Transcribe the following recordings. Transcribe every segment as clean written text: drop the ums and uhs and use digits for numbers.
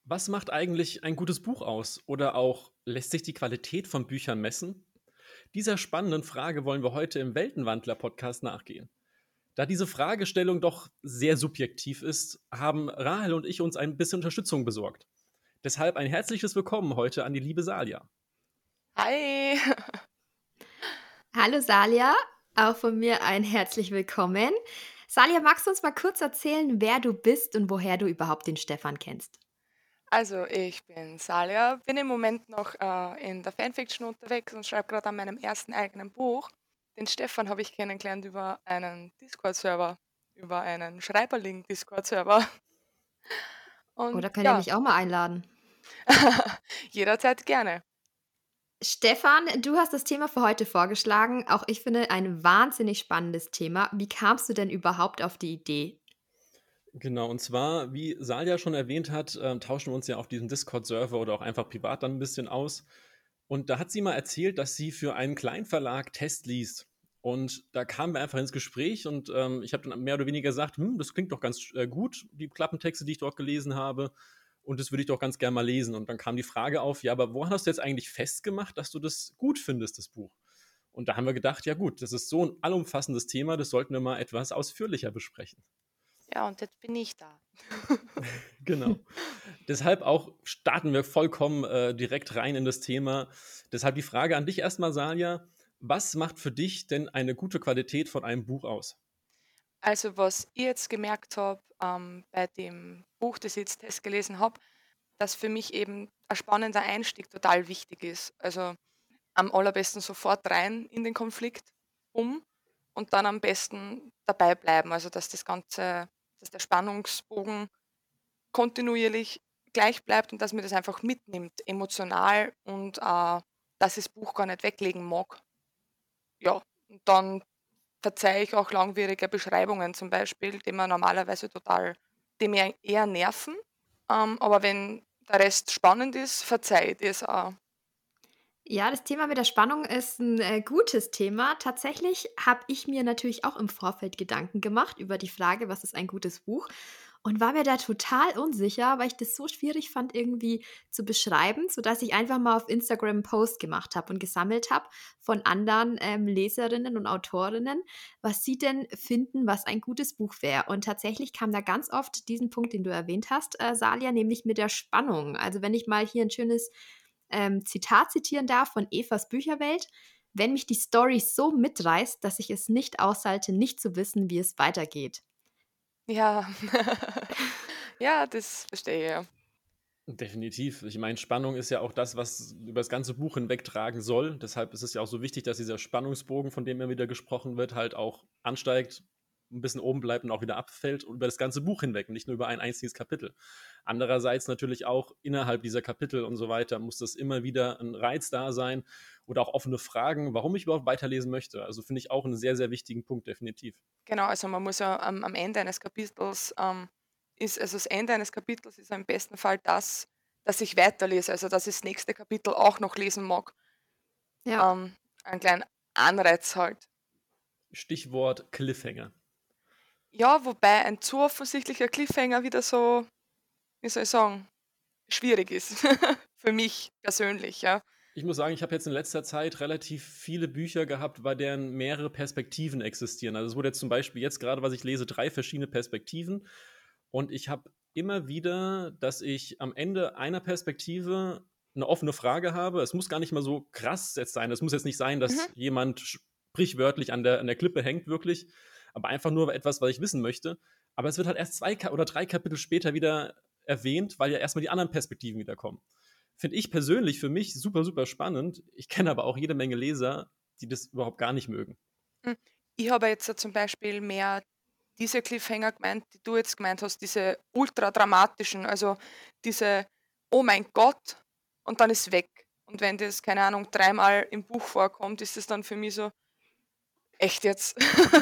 Was macht eigentlich ein gutes Buch aus? Oder auch lässt sich die Qualität von Büchern messen? Dieser spannenden Frage wollen wir heute im Weltenwandler-Podcast nachgehen. Da diese Fragestellung doch sehr subjektiv ist, haben Rahel und ich uns ein bisschen Unterstützung besorgt. Deshalb ein herzliches Willkommen heute an die liebe Salia. Hi. Hallo Salia, auch von mir ein herzlich willkommen. Salia, magst du uns mal kurz erzählen, wer du bist und woher du überhaupt den Stefan kennst? Also, ich bin Salia, bin im Moment noch in der Fanfiction unterwegs und schreibe gerade an meinem ersten eigenen Buch. Den Stefan habe ich kennengelernt über einen Discord-Server, über einen Schreiberling-Discord-Server. Und Oder könnt ihr ja, mich auch mal einladen? jederzeit gerne. Stefan, du hast das Thema für heute vorgeschlagen. Auch ich finde ein wahnsinnig spannendes Thema. Wie kamst du denn überhaupt auf die Idee? Genau, und zwar, wie Salia schon erwähnt hat, tauschen wir uns ja auf diesem Discord-Server oder auch einfach privat dann ein bisschen aus. Und da hat sie mal erzählt, dass sie für einen Kleinverlag Test liest. Und da kamen wir einfach ins Gespräch und ich habe dann mehr oder weniger gesagt, das klingt doch ganz gut, die Klappentexte, die ich dort gelesen habe. Und das würde ich doch ganz gerne mal lesen. Und dann kam die Frage auf, ja, aber woran hast du jetzt eigentlich festgemacht, dass du das gut findest, das Buch? Und da haben wir gedacht, ja gut, das ist so ein allumfassendes Thema, das sollten wir mal etwas ausführlicher besprechen. Ja, und jetzt bin ich da. Genau. Deshalb auch starten wir vollkommen direkt rein in das Thema. Deshalb die Frage an dich erstmal, Salia. Was macht für dich denn eine gute Qualität von einem Buch aus? Also, was ich jetzt gemerkt habe bei dem Buch, das ich jetzt Test gelesen habe, dass für mich eben ein spannender Einstieg total wichtig ist. Also am allerbesten sofort rein in den Konflikt und dann am besten dabei bleiben. Also dass der Spannungsbogen kontinuierlich gleich bleibt und dass mir das einfach mitnimmt, emotional und dass ich das Buch gar nicht weglegen mag. Ja, und dann verzeihe ich auch langwierige Beschreibungen zum Beispiel, die mir eher nerven. Aber wenn der Rest spannend ist, verzeihe ich das auch. Ja, das Thema mit der Spannung ist ein gutes Thema. Tatsächlich habe ich mir natürlich auch im Vorfeld Gedanken gemacht über die Frage: „Was ist ein gutes Buch?“ und war mir da total unsicher, weil ich das so schwierig fand, irgendwie zu beschreiben, sodass ich einfach mal auf Instagram 'n Post gemacht habe und gesammelt habe von anderen, Leserinnen und Autorinnen, was sie denn finden, was ein gutes Buch wäre. Und tatsächlich kam da ganz oft diesen Punkt, den du erwähnt hast, Salia, nämlich mit der Spannung. Also, wenn ich mal hier ein schönes Zitat zitieren darf von Evas Bücherwelt: „Wenn mich die Story so mitreißt, dass ich es nicht aushalte, nicht zu wissen, wie es weitergeht.“ Ja, ja, das verstehe ich, ja. Definitiv. Ich meine, Spannung ist ja auch das, was über das ganze Buch hinwegtragen soll. Deshalb ist es ja auch so wichtig, dass dieser Spannungsbogen, von dem immer wieder gesprochen wird, halt auch ansteigt, ein bisschen oben bleibt und auch wieder abfällt und über das ganze Buch hinweg und nicht nur über ein einziges Kapitel. Andererseits natürlich auch innerhalb dieser Kapitel und so weiter muss das immer wieder ein Reiz da sein oder auch offene Fragen, warum ich überhaupt weiterlesen möchte. Also finde ich auch einen sehr, sehr wichtigen Punkt, definitiv. Genau, also man muss ja am Ende eines Kapitels das Ende eines Kapitels ist im besten Fall das, dass ich weiterlese, also dass ich das nächste Kapitel auch noch lesen mag. Ja. Ähm, einen kleinen Anreiz halt. Stichwort Cliffhanger. Ja, wobei ein zu offensichtlicher Cliffhanger wieder so, wie soll ich sagen, schwierig ist. Für mich persönlich, ja. Ich muss sagen, ich habe jetzt in letzter Zeit relativ viele Bücher gehabt, bei denen mehrere Perspektiven existieren. Also es wurde jetzt zum Beispiel jetzt gerade, was ich lese, 3 verschiedene Perspektiven. Und ich habe immer wieder, dass ich am Ende einer Perspektive eine offene Frage habe. Es muss gar nicht mal so krass jetzt sein. Es muss jetzt nicht sein, Mhm. dass jemand sprichwörtlich an der Klippe hängt, wirklich. Aber einfach nur etwas, was ich wissen möchte. Aber es wird halt erst 2 oder 3 Kapitel später wieder erwähnt, weil ja erstmal die anderen Perspektiven wieder kommen. Finde ich persönlich für mich super, super spannend. Ich kenne aber auch jede Menge Leser, die das überhaupt gar nicht mögen. Hm. Ich habe jetzt zum Beispiel mehr diese Cliffhanger gemeint, die du jetzt gemeint hast, diese ultra dramatischen, also diese, oh mein Gott, und dann ist weg. Und wenn das, keine Ahnung, dreimal im Buch vorkommt, ist es dann für mich so, echt jetzt?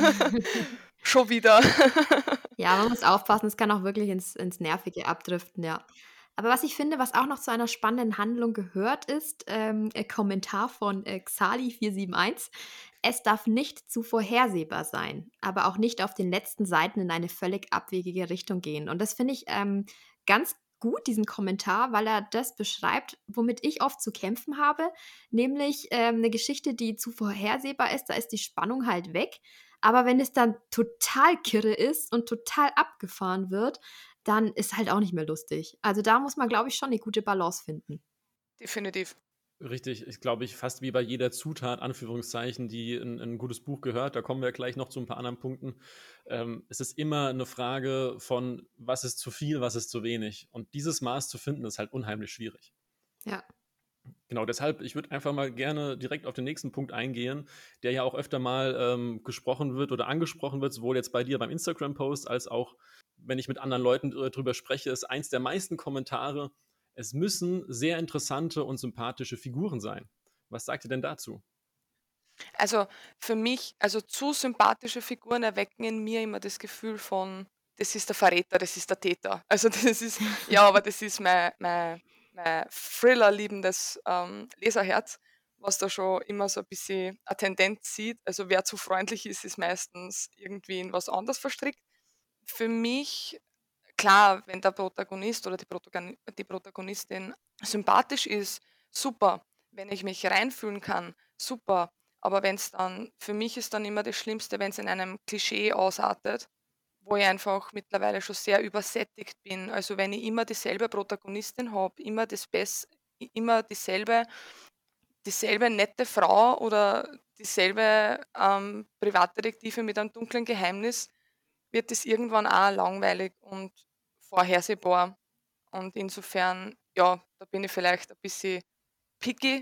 Schon wieder. Ja, man muss aufpassen, es kann auch wirklich ins Nervige abdriften, ja. Aber was ich finde, was auch noch zu einer spannenden Handlung gehört, ist, Kommentar von, Xali471: „Es darf nicht zu vorhersehbar sein, aber auch nicht auf den letzten Seiten in eine völlig abwegige Richtung gehen.“ Und das finde ich, ganz gut, diesen Kommentar, weil er das beschreibt, womit ich oft zu kämpfen habe, nämlich, 'ne Geschichte, die zu vorhersehbar ist, da ist die Spannung halt weg. Aber wenn es dann total kirre ist und total abgefahren wird, dann ist halt auch nicht mehr lustig. Also, da muss man, glaube ich, schon 'ne gute Balance finden. Definitiv. Richtig, ich glaube, fast wie bei jeder Zutat, Anführungszeichen, die in 'n gutes Buch gehört, da kommen wir gleich noch zu ein paar anderen Punkten. Es ist immer eine Frage von: Was ist zu viel, was ist zu wenig? Und dieses Maß zu finden, ist halt unheimlich schwierig. Ja. Genau, deshalb, ich würde einfach mal gerne direkt auf den nächsten Punkt eingehen, der ja auch öfter mal, gesprochen wird oder angesprochen wird, sowohl jetzt bei dir beim Instagram-Post als auch, wenn ich mit anderen Leuten drüber spreche, ist eins der meisten Kommentare: „Es müssen sehr interessante und sympathische Figuren sein.“ Was sagt ihr denn dazu? Also, für mich also, zu sympathische Figuren erwecken in mir immer das Gefühl von: „Das ist der Verräter, das ist der Täter.“ Also, das ist ja, aber das ist mein Thriller-liebendes, Leserherz, was da schon immer so ein bisschen eine Tendenz sieht. Also, wer zu freundlich ist, ist meistens irgendwie in was anderes verstrickt. Für mich klar, wenn der Protagonist oder die Protagonistin sympathisch ist, super. Wenn ich mich reinfühlen kann, super. Aber wenn es dann für mich ist dann immer das Schlimmste, wenn es in einem Klischee ausartet, wo ich einfach mittlerweile schon sehr übersättigt bin. Also, wenn ich immer dieselbe Protagonistin habe, immer dieselbe nette Frau oder dieselbe, Privatdetektive mit einem dunklen Geheimnis, wird es irgendwann auch langweilig und vorhersehbar. Und insofern, ja, da bin ich vielleicht ein bisschen picky.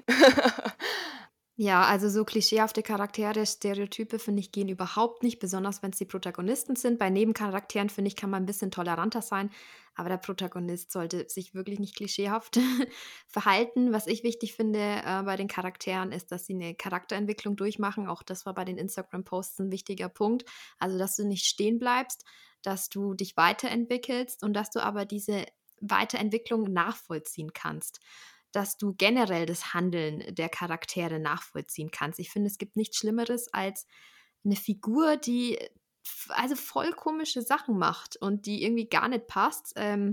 Ja, also so klischeehafte Charaktere, Stereotype, finde ich, gehen überhaupt nicht, besonders wenn es die Protagonisten sind. Bei Nebencharakteren, finde ich, kann man ein bisschen toleranter sein, aber der Protagonist sollte sich wirklich nicht klischeehaft verhalten. Was ich wichtig finde, bei den Charakteren ist, dass sie eine Charakterentwicklung durchmachen. Auch das war bei den Instagram-Posts ein wichtiger Punkt. Also, dass du nicht stehen bleibst, dass du dich weiterentwickelst und dass du aber diese Weiterentwicklung nachvollziehen kannst, dass du generell das Handeln der Charaktere nachvollziehen kannst. Ich finde, es gibt nichts Schlimmeres als eine Figur, die also voll komische Sachen macht und die irgendwie gar nicht passt.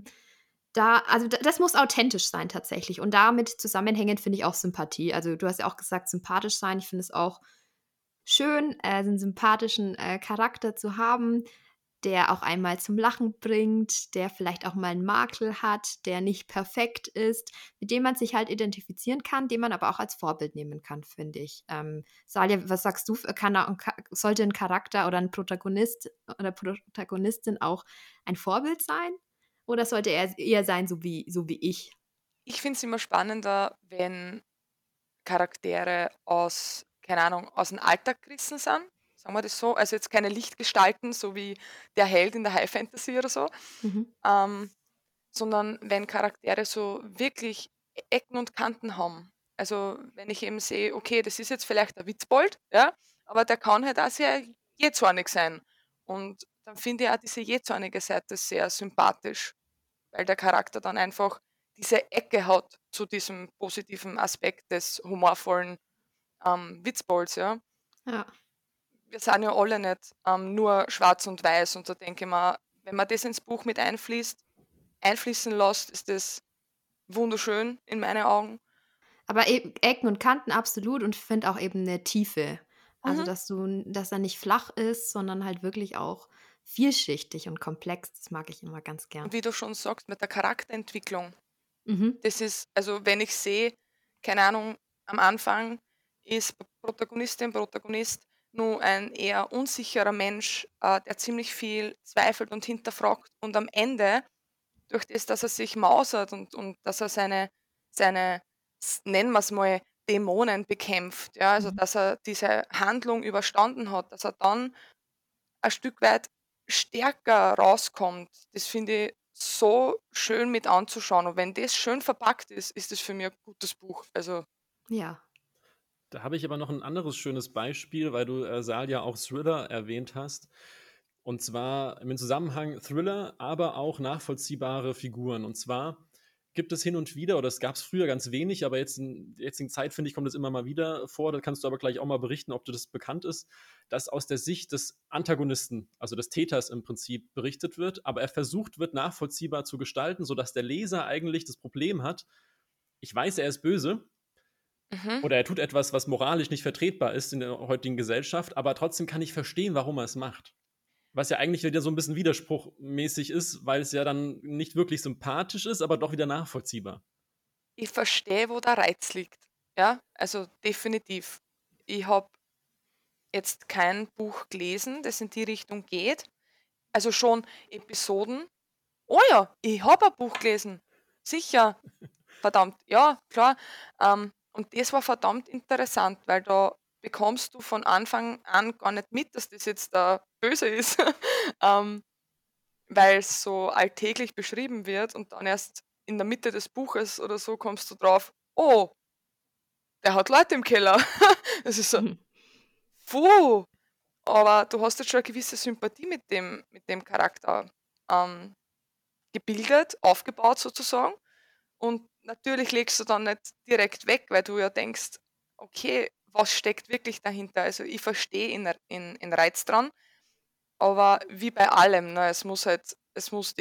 Das muss authentisch sein tatsächlich und damit zusammenhängend finde ich auch Sympathie. Also, du hast ja auch gesagt, sympathisch sein. Ich finde es auch schön, so 'n sympathischen, Charakter zu haben, der auch einmal zum Lachen bringt, der vielleicht auch mal 'n Makel hat, der nicht perfekt ist, mit dem man sich halt identifizieren kann, den man aber auch als Vorbild nehmen kann, finde ich. Salja, was sagst du? Kann da 'n Cha sollte 'n Charakter oder 'n Protagonist oder Protagonistin auch ein Vorbild sein? Oder sollte er eher sein so wie ich? Ich finde es immer spannender, wenn Charaktere aus, keine Ahnung, aus dem Alltag gerissen sind, sagen wir das so. Also jetzt keine Lichtgestalten, so wie der Held in der High Fantasy oder so, Mhm. ähm, sondern wenn Charaktere so wirklich Ecken und Kanten haben. Also wenn ich eben sehe, okay, das ist jetzt vielleicht ein Witzbold, ja, aber der kann halt auch sehr jähzornig sein. Und dann finde ich auch diese jähzornige Seite sehr sympathisch, weil der Charakter dann einfach diese Ecke hat zu diesem positiven Aspekt des humorvollen, Witzbolds, ja. Ja. Wir sind ja alle nicht, nur schwarz und weiß und da denke ich mir, wenn man das ins Buch mit einfließen lässt, ist das wunderschön in meinen Augen. Aber eben Ecken und Kanten absolut und ich finde auch eben 'ne Tiefe. Also, Mhm. dass er nicht flach ist, sondern halt wirklich auch vielschichtig und komplex. Das mag ich immer ganz Und gern. wie du schon sagst, mit der Charakterentwicklung, Mhm. das ist also, wenn ich sehe, keine Ahnung, am Anfang ist Protagonist nur ein eher unsicherer Mensch, der ziemlich viel zweifelt und hinterfragt und am Ende durch das, dass er sich mausert und dass er seine nennen wir es mal, Dämonen bekämpft, ja, also Mhm. dass er diese Handlung überstanden hat, dass er dann ein Stück weit stärker rauskommt. Das finde ich so schön mit anzuschauen und wenn das schön verpackt ist, ist das für mich ein gutes Buch. Also Ja. Da habe ich aber noch ein anderes schönes Beispiel, weil du, Salia auch Thriller erwähnt hast. Und zwar im Zusammenhang Thriller, aber auch nachvollziehbare Figuren. Und zwar gibt es hin und wieder, oder es gab es früher ganz wenig, aber jetzt in der jetzigen Zeit, finde ich, kommt es immer mal wieder vor. Da kannst du aber gleich auch mal berichten, ob dir das bekannt ist, dass aus der Sicht des Antagonisten, also des Täters im Prinzip, berichtet wird, aber er versucht wird, nachvollziehbar zu gestalten, sodass der Leser eigentlich das Problem hat, ich weiß, er ist böse, Mhm. oder er tut etwas, was moralisch nicht vertretbar ist in der heutigen Gesellschaft, aber trotzdem kann ich verstehen, warum er es macht. Was ja eigentlich wieder so ein bisschen widerspruchmäßig ist, weil es ja dann nicht wirklich sympathisch ist, aber doch wieder nachvollziehbar. Ich verstehe, wo der Reiz liegt. Ja, also definitiv. Ich habe jetzt kein Buch gelesen, das in die Richtung geht. Also schon Episoden. Oh ja, ich habe ein Buch gelesen. Sicher. Verdammt, ja, klar. Und das war verdammt interessant, weil da bekommst du von Anfang an gar nicht mit, dass das jetzt da böse ist, ähm, weil es so alltäglich beschrieben wird und dann erst in der Mitte des Buches oder so kommst du drauf, oh, der hat Leute im Keller. Das ist so, Mhm. puh, aber du hast jetzt schon eine gewisse Sympathie mit dem Charakter ähm, gebildet, aufgebaut sozusagen. Und natürlich legst du dann nicht direkt weg, weil du ja denkst, okay, was steckt wirklich dahinter? Also ich verstehe in Reiz dran, aber wie bei allem, ne, es muss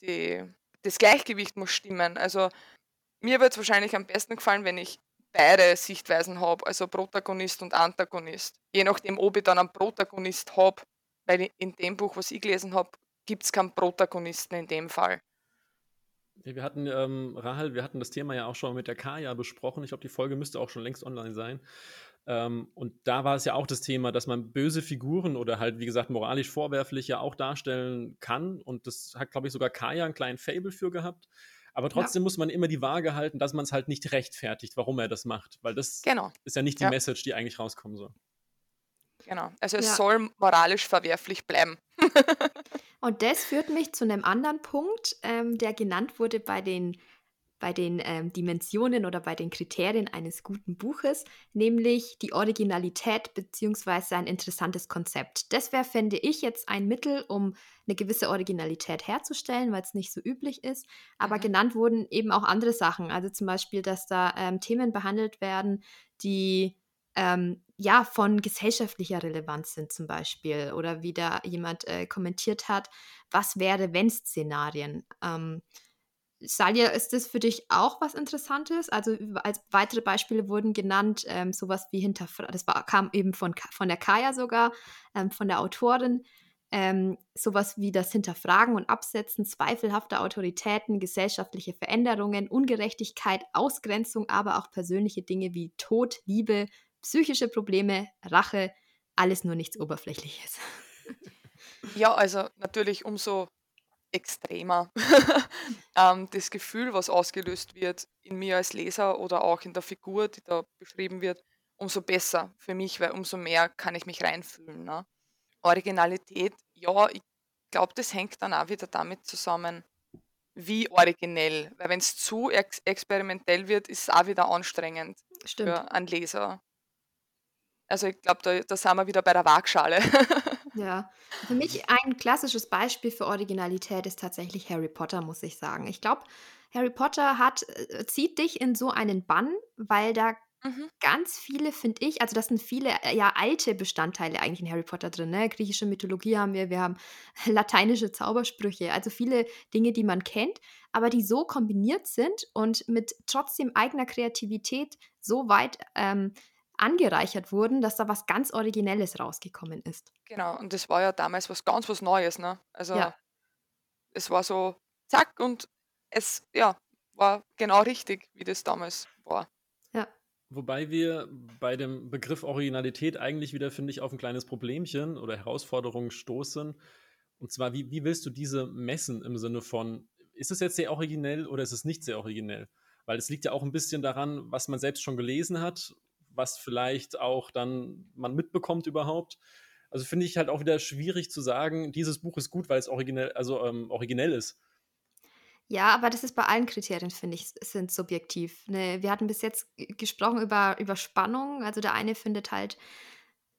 das Gleichgewicht muss stimmen. Also mir wird es wahrscheinlich am besten gefallen, wenn ich beide Sichtweisen habe, also Protagonist und Antagonist. Je nachdem, ob ich dann einen Protagonist habe, weil in dem Buch, was ich gelesen habe, gibt es keinen Protagonisten in dem Fall. Ja, wir hatten, Rahel, wir hatten das Thema ja auch schon mit der Kaya besprochen. Ich glaube, die Folge müsste auch schon längst online sein. Und da war es ja auch das Thema, dass man böse Figuren oder halt, wie gesagt, moralisch vorwerflich ja auch darstellen kann. Und das hat, glaube ich, sogar Kaya einen kleinen Faible für gehabt. Aber Ja. trotzdem muss man immer die Waage halten, dass man es halt nicht rechtfertigt, warum er das macht. Weil das Genau. ist ja nicht die Ja, Message, die eigentlich rauskommen soll. genau. Also es Ja. soll moralisch verwerflich bleiben. Und das führt mich zu einem anderen Punkt, der genannt wurde bei den Dimensionen oder bei den Kriterien eines guten Buches, nämlich die Originalität beziehungsweise ein interessantes Konzept. Das wäre, fände ich, jetzt ein Mittel, um eine gewisse Originalität herzustellen, weil es nicht so üblich ist. Aber Mhm. genannt wurden eben auch andere Sachen. Also zum Beispiel, dass da Themen behandelt werden, die ja, von gesellschaftlicher Relevanz sind zum Beispiel. Oder wie da jemand kommentiert hat, was wäre, wenn Szenarien. Salja, ist das für dich auch was Interessantes? Also als weitere Beispiele wurden genannt, sowas wie kam eben von der Kaya sogar, von der Autorin, sowas wie das Hinterfragen und Absetzen zweifelhafter Autoritäten, gesellschaftliche Veränderungen, Ungerechtigkeit, Ausgrenzung, aber auch persönliche Dinge wie Tod, Liebe, psychische Probleme, Rache, alles nur nichts Oberflächliches. Ja, also natürlich umso extremer das Gefühl, was ausgelöst wird in mir als Leser oder auch in der Figur, die da beschrieben wird, umso besser für mich, weil umso mehr kann ich mich reinfühlen. Ne? Originalität, ja, ich glaube, das hängt dann auch wieder damit zusammen, wie originell. Weil wenn es zu experimentell wird, ist es auch wieder anstrengend Stimmt. für einen Leser. Also ich glaube, da sind wir wieder bei der Waagschale. Ja, für mich ein klassisches Beispiel für Originalität ist tatsächlich Harry Potter, muss ich sagen. Ich glaube, Harry Potter zieht dich in so einen Bann, weil da Mhm, ganz viele, finde ich, also das sind viele ja alte Bestandteile eigentlich in Harry Potter drin. Ne? Griechische Mythologie haben wir haben lateinische Zaubersprüche, also viele Dinge, die man kennt, aber die so kombiniert sind und mit trotzdem eigener Kreativität so weit angereichert wurden, dass da was ganz Originelles rausgekommen ist. genau. Und das war ja damals was Neues, ne? Ja, Also es war so zack und es, ja, war genau richtig, wie das damals war. ja. Wobei wir bei dem Begriff Originalität eigentlich wieder, finde ich, auf ein kleines Problemchen oder Herausforderung stoßen. Und zwar, wie willst du diese messen im Sinne von, ist es jetzt sehr originell oder ist es nicht sehr originell? Weil es liegt ja auch ein bisschen daran, was man selbst schon gelesen hat, was vielleicht auch dann man mitbekommt überhaupt. Also finde ich halt auch wieder schwierig zu sagen, dieses Buch ist gut, weil es originell, also originell ist. Ja, aber das ist bei allen Kriterien, finde ich, sind subjektiv. Ne, wir hatten bis jetzt gesprochen über Spannung. Also der eine findet halt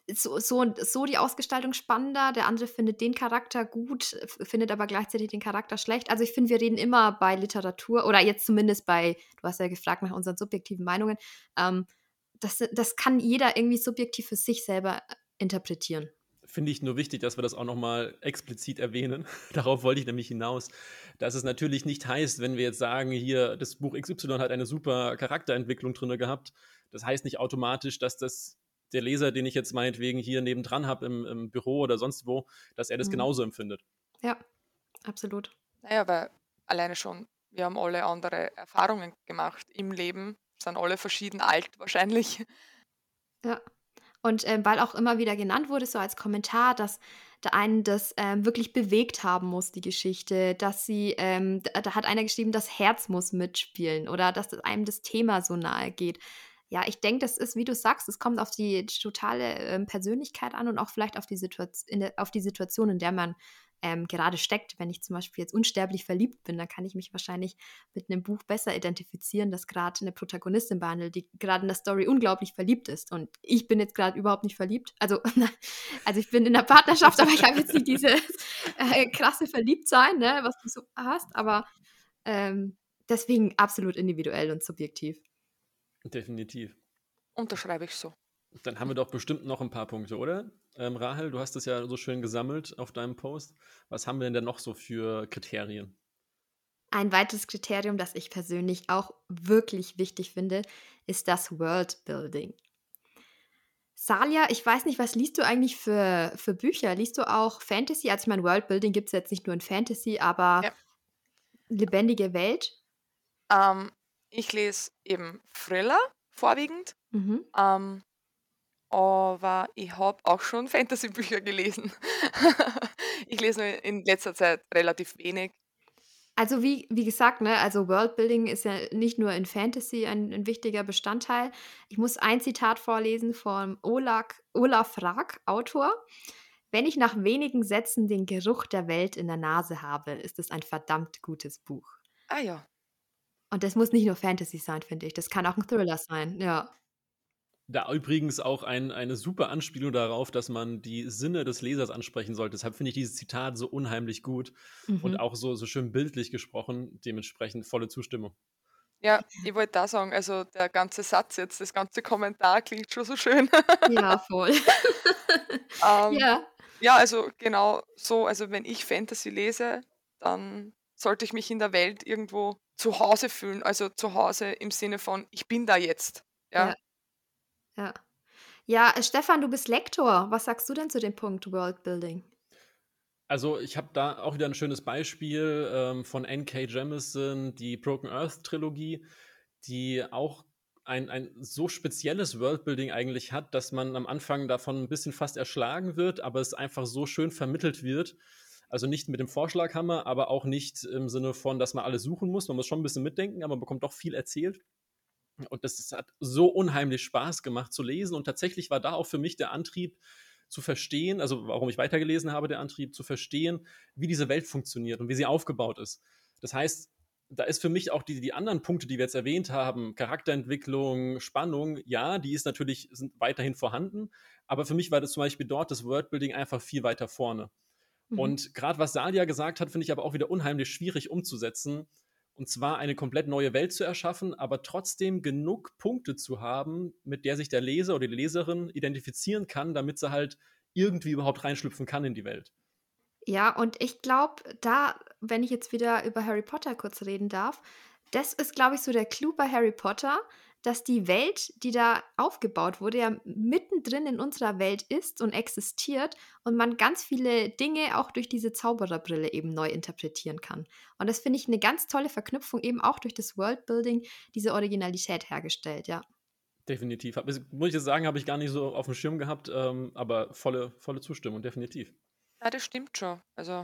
so die Ausgestaltung spannender, der andere findet den Charakter gut, findet aber gleichzeitig den Charakter schlecht. Also, ich finde, wir reden immer bei Literatur oder jetzt zumindest du hast ja gefragt nach unseren subjektiven Meinungen, das kann jeder irgendwie subjektiv für sich selber interpretieren. Finde ich nur wichtig, dass wir das auch noch mal explizit erwähnen. Darauf wollte ich nämlich hinaus, dass es natürlich nicht heißt, wenn wir jetzt sagen, hier, das Buch XY hat eine super Charakterentwicklung drin gehabt. Das heißt nicht automatisch, dass der Leser, den ich jetzt meinetwegen hier nebendran habe im Büro oder sonst wo, dass er das Mhm. genauso empfindet. Ja, absolut. Naja, weil alleine schon, wir haben alle andere Erfahrungen gemacht im Leben, sind alle verschieden alt wahrscheinlich. Ja. Und, weil auch immer wieder genannt wurde, so als Kommentar, dass da einen das, wirklich bewegt haben muss, die Geschichte, dass sie, da hat einer geschrieben, das Herz muss mitspielen oder dass einem das Thema so nahe geht. Ja, ich denke, das ist, wie du sagst, es kommt auf die totale, Persönlichkeit an und auch vielleicht auf die Situation, in der man, gerade steckt. Wenn ich zum Beispiel jetzt unsterblich verliebt bin, dann kann ich mich wahrscheinlich mit einem Buch besser identifizieren, das gerade eine Protagonistin behandelt, die gerade in der Story unglaublich verliebt ist. Und ich bin jetzt gerade überhaupt nicht verliebt. Also ich bin in der Partnerschaft, aber ich habe jetzt nicht dieses krasse Verliebtsein, ne, was du so hast. Aber deswegen absolut individuell und subjektiv. Definitiv. Unterschreibe ich so. Dann haben wir doch bestimmt noch ein paar Punkte, oder? Rahel, du hast es ja so schön gesammelt auf deinem Post. Was haben wir denn noch so für Kriterien? Ein weiteres Kriterium, das ich persönlich auch wirklich wichtig finde, ist das Worldbuilding. Salia, ich weiß nicht, was liest du eigentlich für Bücher? Liest du auch Fantasy? Also ich meine, Worldbuilding gibt es jetzt nicht nur in Fantasy, aber Ja. lebendige Welt. Ich lese eben Thriller vorwiegend, Mhm. aber ich habe auch schon Fantasy-Bücher gelesen. Ich lese nur in letzter Zeit relativ wenig. Also wie gesagt, ne, also Worldbuilding ist ja nicht nur in Fantasy ein wichtiger Bestandteil. Ich muss ein Zitat vorlesen von Olaf Rag, Autor. Wenn ich nach wenigen Sätzen den Geruch der Welt in der Nase habe, ist es ein verdammt gutes Buch. Ah ja, Und das muss nicht nur Fantasy sein, finde ich. Das kann auch ein Thriller sein, ja. Da übrigens auch eine super Anspielung darauf, dass man die Sinne des Lesers ansprechen sollte. Deshalb finde ich dieses Zitat so unheimlich gut und Mhm. auch so schön bildlich gesprochen. Dementsprechend volle Zustimmung. ja, ich wollte da sagen, also der ganze Satz jetzt, das ganze Kommentar klingt schon so schön. Ja, voll. Ähm, Ja. ja, also genau so, also wenn ich Fantasy lese, dann sollte ich mich in der Welt irgendwo zu Hause fühlen. Also zu Hause im Sinne von, ich bin da jetzt. Ja, Ja, ja. Ja, Stefan, du bist Lektor. Was sagst du denn zu dem Punkt Worldbuilding? Also ich habe da auch wieder ein schönes Beispiel von N.K. Jemisin, die Broken Earth Trilogie, die auch ein so spezielles Worldbuilding eigentlich hat, dass man am Anfang davon ein bisschen fast erschlagen wird, aber es einfach so schön vermittelt wird. Also nicht mit dem Vorschlaghammer, aber auch nicht im Sinne von, dass man alles suchen muss. Man muss schon ein bisschen mitdenken, aber man bekommt doch viel erzählt. Und das hat so unheimlich Spaß gemacht zu lesen. Und tatsächlich war da auch für mich der Antrieb zu verstehen, also warum ich weitergelesen habe, der Antrieb zu verstehen, wie diese Welt funktioniert und wie sie aufgebaut ist. Das heißt, da ist für mich auch die anderen Punkte, die wir jetzt erwähnt haben, Charakterentwicklung, Spannung, ja, die sind weiterhin vorhanden. Aber für mich war das zum Beispiel dort das Worldbuilding einfach viel weiter vorne. Mhm. Und gerade was Salia gesagt hat, finde ich aber auch wieder unheimlich schwierig umzusetzen. Und zwar eine komplett neue Welt zu erschaffen, aber trotzdem genug Punkte zu haben, mit der sich der Leser oder die Leserin identifizieren kann, damit sie halt irgendwie überhaupt reinschlüpfen kann in die Welt. Ja, und ich glaube, da, wenn ich jetzt wieder über Harry Potter kurz reden darf, das ist, glaube ich, so der Clou bei Harry Potter, dass die Welt, die da aufgebaut wurde, ja mittendrin in unserer Welt ist und existiert und man ganz viele Dinge auch durch diese Zaubererbrille eben neu interpretieren kann. Und das finde ich eine ganz tolle Verknüpfung, eben auch durch das Worldbuilding, diese Originalität hergestellt, ja. Definitiv. Muss ich jetzt sagen, habe ich gar nicht so auf dem Schirm gehabt, aber volle Zustimmung, definitiv. ja, das stimmt schon. Also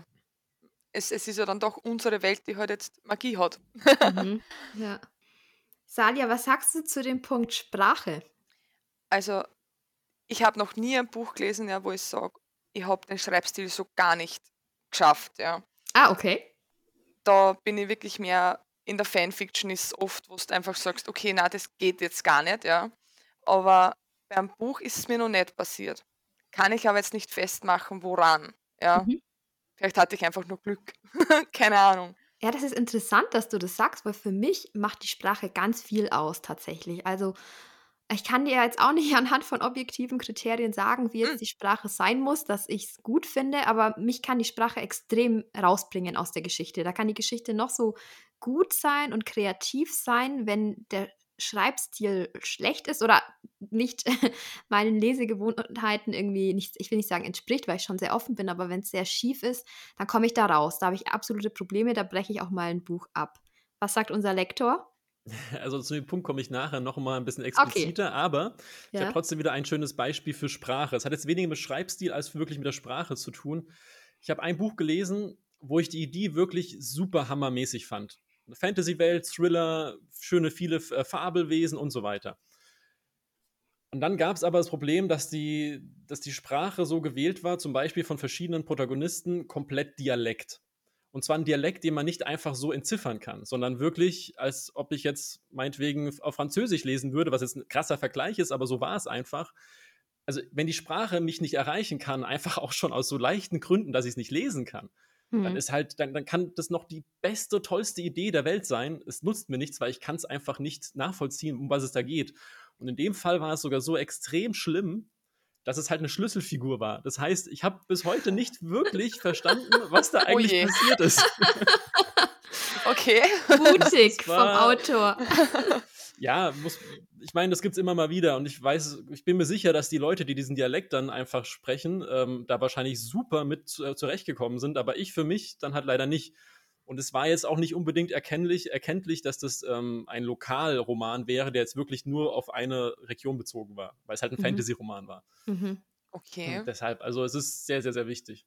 es ist ja dann doch unsere Welt, die halt jetzt Magie hat. Mhm. Ja. Salia, was sagst du zu dem Punkt Sprache? Also ich habe noch nie ein Buch gelesen, ja, wo ich sage, ich habe den Schreibstil so gar nicht geschafft. Ja. Ah, okay. Da bin ich wirklich mehr in der Fanfiction ist oft, wo du einfach sagst, okay, na, das geht jetzt gar nicht, ja. Aber beim Buch ist es mir noch nicht passiert. kann ich aber jetzt nicht festmachen, woran. Ja, Mhm. vielleicht hatte ich einfach nur Glück. Keine Ahnung. Ja, das ist interessant, dass du das sagst, weil für mich macht die Sprache ganz viel aus tatsächlich. Also, ich kann dir jetzt auch nicht anhand von objektiven Kriterien sagen, wie Hm, jetzt die Sprache sein muss, dass ich es gut finde, aber mich kann die Sprache extrem rausbringen aus der Geschichte. Da kann die Geschichte noch so gut sein und kreativ sein, wenn der Schreibstil schlecht ist oder nicht meinen Lesegewohnheiten irgendwie nicht, ich will nicht sagen entspricht, weil ich schon sehr offen bin, aber wenn es sehr schief ist, dann komme ich da raus. Da habe ich absolute Probleme, da breche ich auch mal ein Buch ab. Was sagt unser Lektor? Also zu dem Punkt komme ich nachher noch mal ein bisschen Okay, expliziter, aber ich habe ja. trotzdem wieder ein schönes Beispiel für Sprache. Es hat jetzt weniger mit Schreibstil als wirklich mit der Sprache zu tun. Ich habe ein Buch gelesen, wo ich die Idee wirklich super hammermäßig fand. Eine Fantasy-Welt, Thriller, schöne viele Fabelwesen und so weiter. Und dann gab es aber das Problem, dass die Sprache so gewählt war, zum Beispiel von verschiedenen Protagonisten, komplett Dialekt. Und zwar ein Dialekt, den man nicht einfach so entziffern kann, sondern wirklich, als ob ich jetzt meinetwegen auf Französisch lesen würde, was jetzt ein krasser Vergleich ist, aber so war es einfach. Also, wenn die Sprache mich nicht erreichen kann, einfach auch schon aus so leichten Gründen, dass ich es nicht lesen kann, dann Mhm. ist halt, dann kann das noch die beste, tollste Idee der Welt sein. Es nutzt mir nichts, weil ich kann es einfach nicht nachvollziehen, um was es da geht. Und in dem Fall war es sogar so extrem schlimm, dass es halt eine Schlüsselfigur war. Das heißt, ich habe bis heute nicht wirklich verstanden, was da Oh eigentlich je. passiert ist. Okay. Mutig Das vom war, Autor. ja, ich meine, das gibt's immer mal wieder und ich bin mir sicher, dass die Leute, die diesen Dialekt dann einfach sprechen, da wahrscheinlich super mit zurechtgekommen sind, aber ich für mich dann halt leider nicht. Und es war jetzt auch nicht unbedingt erkenntlich, dass das ein Lokalroman wäre, der jetzt wirklich nur auf eine Region bezogen war, weil es halt ein Mhm. Fantasy-Roman war. Mhm. Okay. Und deshalb, also es ist sehr, sehr, sehr wichtig.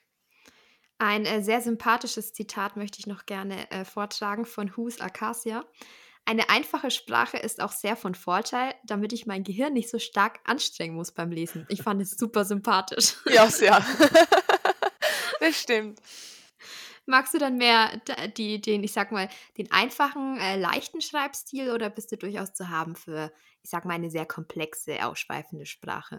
Ein, sehr sympathisches Zitat möchte ich noch gerne, vortragen von Hughes Acacia. „Eine einfache Sprache ist auch sehr von Vorteil, damit ich mein Gehirn nicht so stark anstrengen muss beim Lesen." Ich fand es super sympathisch. Ja, sehr. Das stimmt. Magst du dann mehr den, ich sage mal, den einfachen, leichten Schreibstil oder bist du durchaus zu haben für, ich sage mal, eine sehr komplexe, ausschweifende Sprache?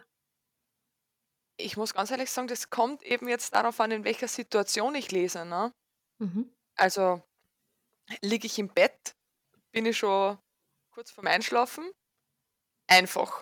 Ich muss ganz ehrlich sagen, das kommt eben jetzt darauf an, in welcher Situation ich lese, ne? Mhm. Also, liege ich im Bett, bin ich schon kurz vorm Einschlafen, einfach.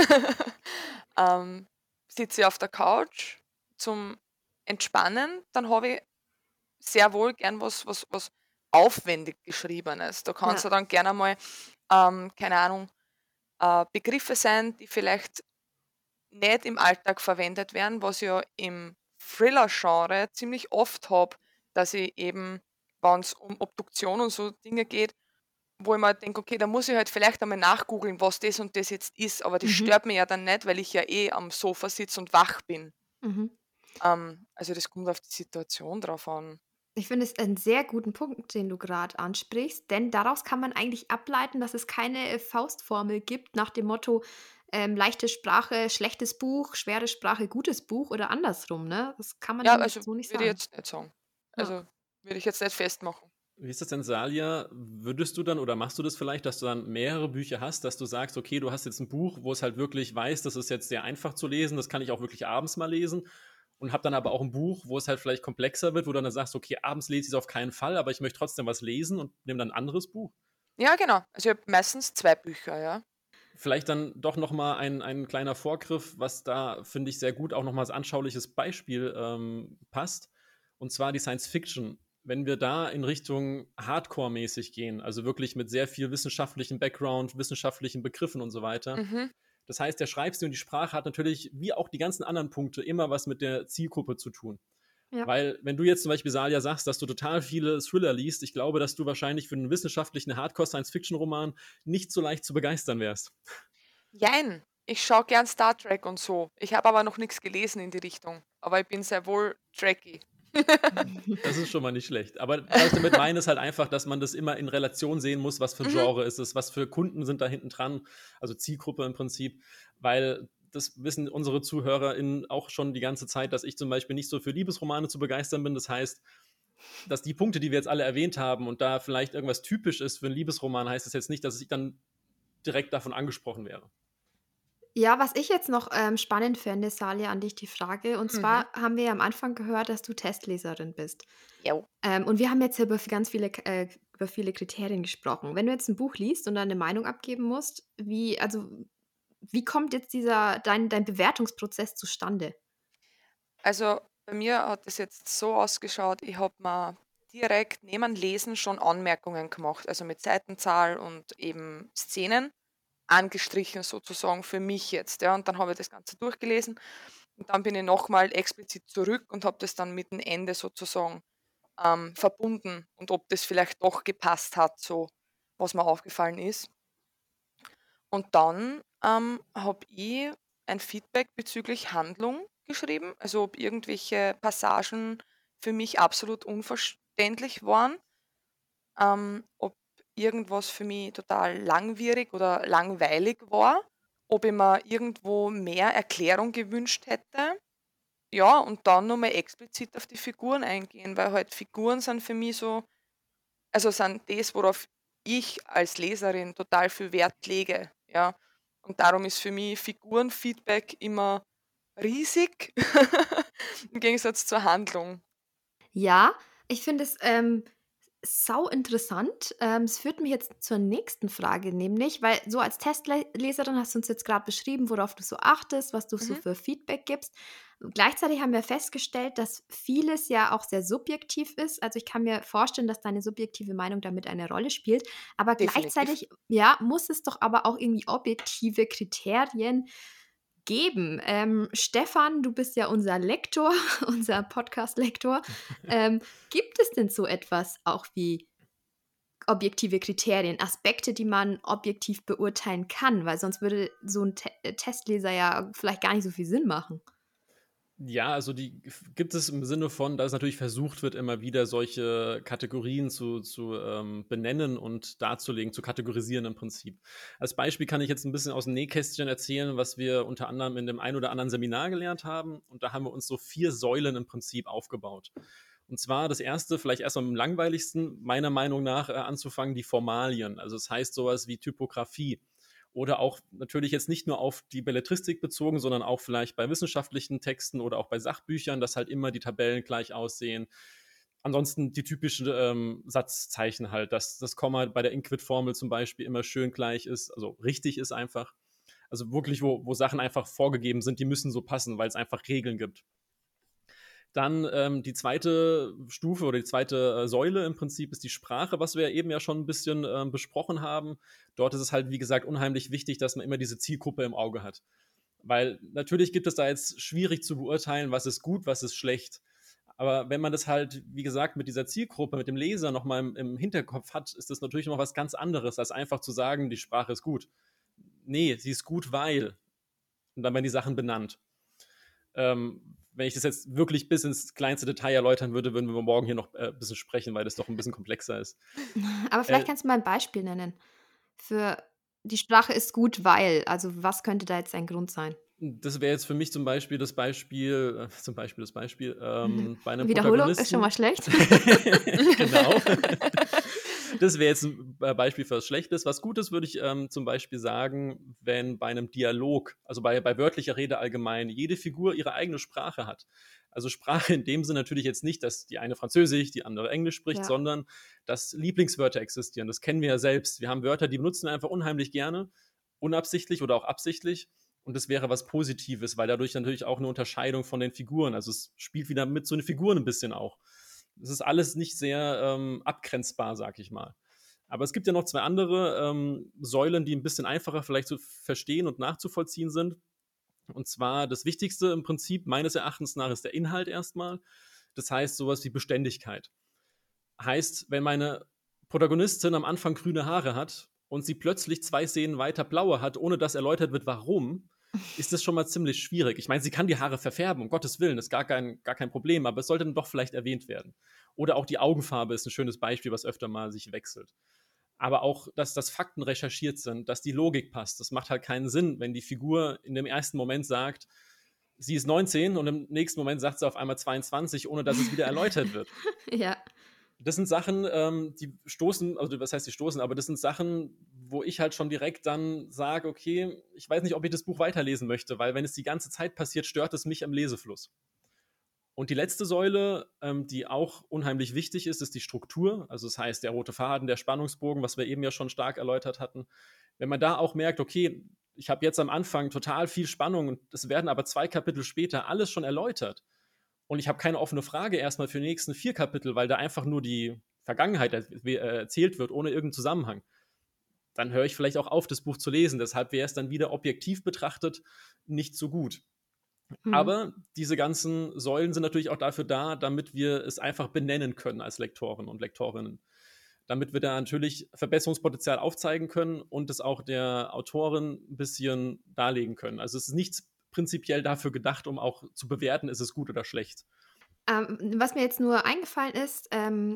Ähm, Sitze ich auf der Couch zum Entspannen, dann habe ich sehr wohl gern was aufwendig Geschriebenes. Da kann's Ja. ja dann gerne mal, keine Ahnung, Begriffe sein, die vielleicht nicht im Alltag verwendet werden, was ich ja im Thriller-Genre ziemlich oft habe, dass ich eben, wenn es um Obduktion und so Dinge geht, wo ich mir denke: „Okay, da muss ich halt vielleicht einmal nachgoogeln, was das und das jetzt ist", aber das Mhm. stört mich ja dann nicht, weil ich ja eh am Sofa sitze und wach bin. Mhm. Also, das kommt auf die Situation drauf an. Ich finde es einen sehr guten Punkt, den du gerade ansprichst, denn daraus kann man eigentlich ableiten, dass es keine, Faustformel gibt nach dem Motto, leichte Sprache, schlechtes Buch, schwere Sprache, gutes Buch oder andersrum, ne? Das kann Ja, man also, so nicht würde ich sagen. jetzt nicht sagen. Ja. Also, würde ich jetzt nicht festmachen. Wie ist das denn, Salia? Würdest du dann oder machst du das vielleicht, dass du dann mehrere Bücher hast, dass du sagst, okay, du hast jetzt ein Buch, wo es halt wirklich weiß, das ist jetzt sehr einfach zu lesen, das kann ich auch wirklich abends mal lesen und hab dann aber auch ein Buch, wo es halt vielleicht komplexer wird, wo du dann sagst, okay, abends lese ich es auf keinen Fall, aber ich möchte trotzdem was lesen und nehme dann ein anderes Buch? Ja, genau. Also, ich habe meistens 2 Bücher, ja. Vielleicht dann doch noch mal ein kleiner Vorgriff, was da, finde ich, sehr gut auch noch mal als anschauliches Beispiel, passt, und zwar die Science Fiction. Wenn wir da in Richtung Hardcore-mäßig gehen, also wirklich mit sehr viel wissenschaftlichen Background, wissenschaftlichen Begriffen und so weiter. Mhm. Das heißt, der Schreibstil und die Sprache hat natürlich, wie auch die ganzen anderen Punkte, immer was mit der Zielgruppe zu tun. Ja. Weil, wenn du jetzt zum Beispiel, Salia, sagst, dass du total viele Thriller liest, ich glaube, dass du wahrscheinlich für einen wissenschaftlichen Hardcore-Science-Fiction-Roman nicht so leicht zu begeistern wärst. Jein, ich schaue gern Star Trek und so. Ich habe aber noch nichts gelesen in die Richtung, aber ich bin sehr wohl Trekkie. Das ist schon mal nicht schlecht. Aber was ich damit meine, ist halt einfach, dass man das immer in Relation sehen muss, was für Mhm. Genre ist es, was für Kunden sind da hinten dran, also Zielgruppe im Prinzip, weil das wissen unsere ZuhörerInnen auch schon die ganze Zeit, dass ich zum Beispiel nicht so für Liebesromane zu begeistern bin. Das heißt, dass die Punkte, die wir jetzt alle erwähnt haben und da vielleicht irgendwas typisch ist für einen Liebesroman, heißt es jetzt nicht, dass ich dann direkt davon angesprochen wäre. Ja, was ich jetzt noch spannend fände, Salia, an dich die Frage. Und Mhm. zwar haben wir ja am Anfang gehört, dass du Testleserin bist. Jo. Und wir haben jetzt ja über ganz viele, über viele Kriterien gesprochen. Wenn du jetzt ein Buch liest und dann eine Meinung abgeben musst, wie kommt jetzt dein Bewertungsprozess zustande? Also, bei mir hat es jetzt so ausgeschaut, ich habe mir direkt neben dem Lesen schon Anmerkungen gemacht, also mit Seitenzahl und eben Szenen angestrichen sozusagen für mich jetzt, ja. Und dann habe ich das Ganze durchgelesen und dann bin ich nochmal explizit zurück und habe das dann mit dem Ende sozusagen, verbunden und ob das vielleicht doch gepasst hat, so was mir aufgefallen ist. Und dann, habe ich ein Feedback bezüglich Handlung geschrieben, also ob irgendwelche Passagen für mich absolut unverständlich waren, ob irgendwas für mich total langwierig oder langweilig war, ob ich mir irgendwo mehr Erklärung gewünscht hätte. Ja, und dann noch mal explizit auf die Figuren eingehen, weil halt Figuren sind für mich so, also sind das, worauf ich als Leserin total viel Wert lege, ja. Und darum ist für mich Figurenfeedback immer riesig im Gegensatz zur Handlung. Ja, ich finde es sau interessant. Es führt mich jetzt zur nächsten Frage, nämlich, weil so als Testleserin hast du uns jetzt gerade beschrieben, worauf du so achtest, was du so Mhm, für Feedback gibst. Gleichzeitig haben wir festgestellt, dass vieles ja auch sehr subjektiv ist. Also ich kann mir vorstellen, dass deine subjektive Meinung damit eine Rolle spielt. Aber definitiv. gleichzeitig, ja, muss es doch aber auch irgendwie objektive Kriterien geben. Stefan, du bist ja unser Lektor, unser Podcast-Lektor. Gibt es denn so etwas auch wie objektive Kriterien, Aspekte, die man objektiv beurteilen kann? Weil sonst würde so ein Testleser ja vielleicht gar nicht so viel Sinn machen. Ja, also die gibt es im Sinne von, dass natürlich versucht wird, immer wieder solche Kategorien zu benennen und darzulegen, zu kategorisieren im Prinzip. Als Beispiel kann ich jetzt ein bisschen aus dem Nähkästchen erzählen, was wir unter anderem in dem ein oder anderen Seminar gelernt haben. Und da haben wir uns so 4 Säulen im Prinzip aufgebaut. Und zwar das erste, vielleicht erstmal am langweiligsten, meiner Meinung nach, anzufangen, die Formalien. Also das heißt sowas wie Typografie. Oder auch natürlich jetzt nicht nur auf die Belletristik bezogen, sondern auch vielleicht bei wissenschaftlichen Texten oder auch bei Sachbüchern, dass halt immer die Tabellen gleich aussehen. Ansonsten die typischen Satzzeichen halt, dass das Komma bei der Inquit-Formel zum Beispiel immer schön gleich ist, also richtig ist einfach. Also wirklich, wo Sachen einfach vorgegeben sind, die müssen so passen, weil es einfach Regeln gibt. Dann die zweite Stufe oder die zweite Säule im Prinzip ist die Sprache, was wir eben ja schon ein bisschen besprochen haben. Dort ist es halt, wie gesagt, unheimlich wichtig, dass man immer diese Zielgruppe im Auge hat. Weil natürlich gibt es da jetzt schwierig zu beurteilen, was ist gut, was ist schlecht. Aber wenn man das halt, wie gesagt, mit dieser Zielgruppe, mit dem Leser nochmal im Hinterkopf hat, ist das natürlich noch was ganz anderes, als einfach zu sagen, die Sprache ist gut. Nee, sie ist gut, weil. Und dann werden die Sachen benannt. Wenn ich das jetzt wirklich bis ins kleinste Detail erläutern würde, würden wir morgen hier noch ein bisschen sprechen, weil das doch ein bisschen komplexer ist. Aber vielleicht Äh, kannst du mal ein Beispiel nennen für die Sprache ist gut, weil. Also was könnte da jetzt ein Grund sein? Das wäre jetzt für mich das Beispiel, bei einem Wiederholung ist schon mal Protagonisten. schlecht. Genau. Das wäre jetzt ein Beispiel für was Schlechtes. Was Gutes würde ich zum Beispiel sagen, wenn bei einem Dialog, also bei wörtlicher Rede allgemein, jede Figur ihre eigene Sprache hat. Also Sprache in dem Sinne natürlich jetzt nicht, dass die eine Französisch, die andere Englisch spricht, Ja. sondern dass Lieblingswörter existieren. Das kennen wir ja selbst. Wir haben Wörter, die benutzen wir einfach unheimlich gerne, unabsichtlich oder auch absichtlich. Und das wäre was Positives, weil dadurch natürlich auch eine Unterscheidung von den Figuren, also es spielt wieder mit so den Figuren ein bisschen auch. Das ist alles nicht sehr abgrenzbar, sag ich mal. Aber es gibt ja noch 2 andere Säulen, die ein bisschen einfacher vielleicht zu verstehen und nachzuvollziehen sind. Und zwar das Wichtigste im Prinzip meines Erachtens nach ist der Inhalt erstmal. Das heißt sowas wie Beständigkeit. Heißt, wenn meine Protagonistin am Anfang grüne Haare hat und sie plötzlich 2 Szenen weiter blaue hat, ohne dass erläutert wird, warum, ist das schon mal ziemlich schwierig. Ich meine, sie kann die Haare verfärben, um Gottes Willen, ist gar kein Problem, aber es sollte dann doch vielleicht erwähnt werden. Oder auch die Augenfarbe ist ein schönes Beispiel, was öfter mal sich wechselt. Aber auch, dass Fakten recherchiert sind, dass die Logik passt. Das macht halt keinen Sinn, wenn die Figur in dem ersten Moment sagt, sie ist 19 und im nächsten Moment sagt sie auf einmal 22, ohne dass es wieder erläutert wird. Ja. Das sind Sachen, die stoßen, also was heißt die stoßen, aber das sind Sachen, wo ich halt schon direkt dann sage, okay, ich weiß nicht, ob ich das Buch weiterlesen möchte, weil wenn es die ganze Zeit passiert, stört es mich am Lesefluss. Und die letzte Säule, die auch unheimlich wichtig ist die Struktur. Also das heißt, der rote Faden, der Spannungsbogen, was wir eben ja schon stark erläutert hatten. Wenn man da auch merkt, okay, ich habe jetzt am Anfang total viel Spannung und es werden aber 2 Kapitel später alles schon erläutert und ich habe keine offene Frage erstmal für die nächsten 4 Kapitel, weil da einfach nur die Vergangenheit erzählt wird, ohne irgendeinen Zusammenhang, dann höre ich vielleicht auch auf, das Buch zu lesen. Deshalb wäre es dann wieder objektiv betrachtet nicht so gut. Aber diese ganzen Säulen sind natürlich auch dafür da, damit wir es einfach benennen können als Lektoren und Lektorinnen. Damit wir da natürlich Verbesserungspotenzial aufzeigen können und es auch der Autorin ein bisschen darlegen können. Also es ist nichts prinzipiell dafür gedacht, um auch zu bewerten, ist es gut oder schlecht. Was mir jetzt nur eingefallen ist,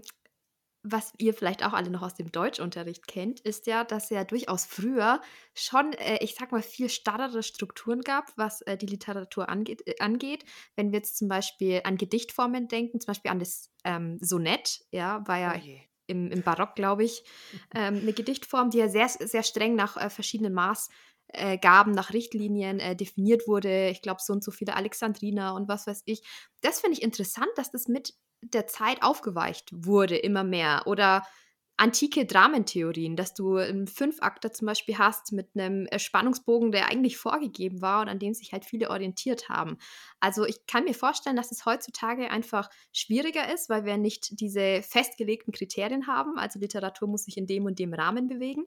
was ihr vielleicht auch alle noch aus dem Deutschunterricht kennt, ist ja, dass ja durchaus früher schon, ich sag mal, viel starrere Strukturen gab, was die Literatur angeht. Wenn wir jetzt zum Beispiel an Gedichtformen denken, zum Beispiel an das Sonett, ja, war Oh ja je. im Barock, glaube ich, eine Gedichtform, die ja sehr, sehr streng nach verschiedenen Maßgaben, nach Richtlinien definiert wurde. Ich glaube, so und so viele Alexandriner und was weiß ich. Das finde ich interessant, dass das mit der Zeit aufgeweicht wurde, immer mehr. Oder antike Dramentheorien, dass du einen Fünfakter zum Beispiel hast mit einem Spannungsbogen, der eigentlich vorgegeben war und an dem sich halt viele orientiert haben. Also ich kann mir vorstellen, dass es heutzutage einfach schwieriger ist, weil wir nicht diese festgelegten Kriterien haben. Also Literatur muss sich in dem und dem Rahmen bewegen.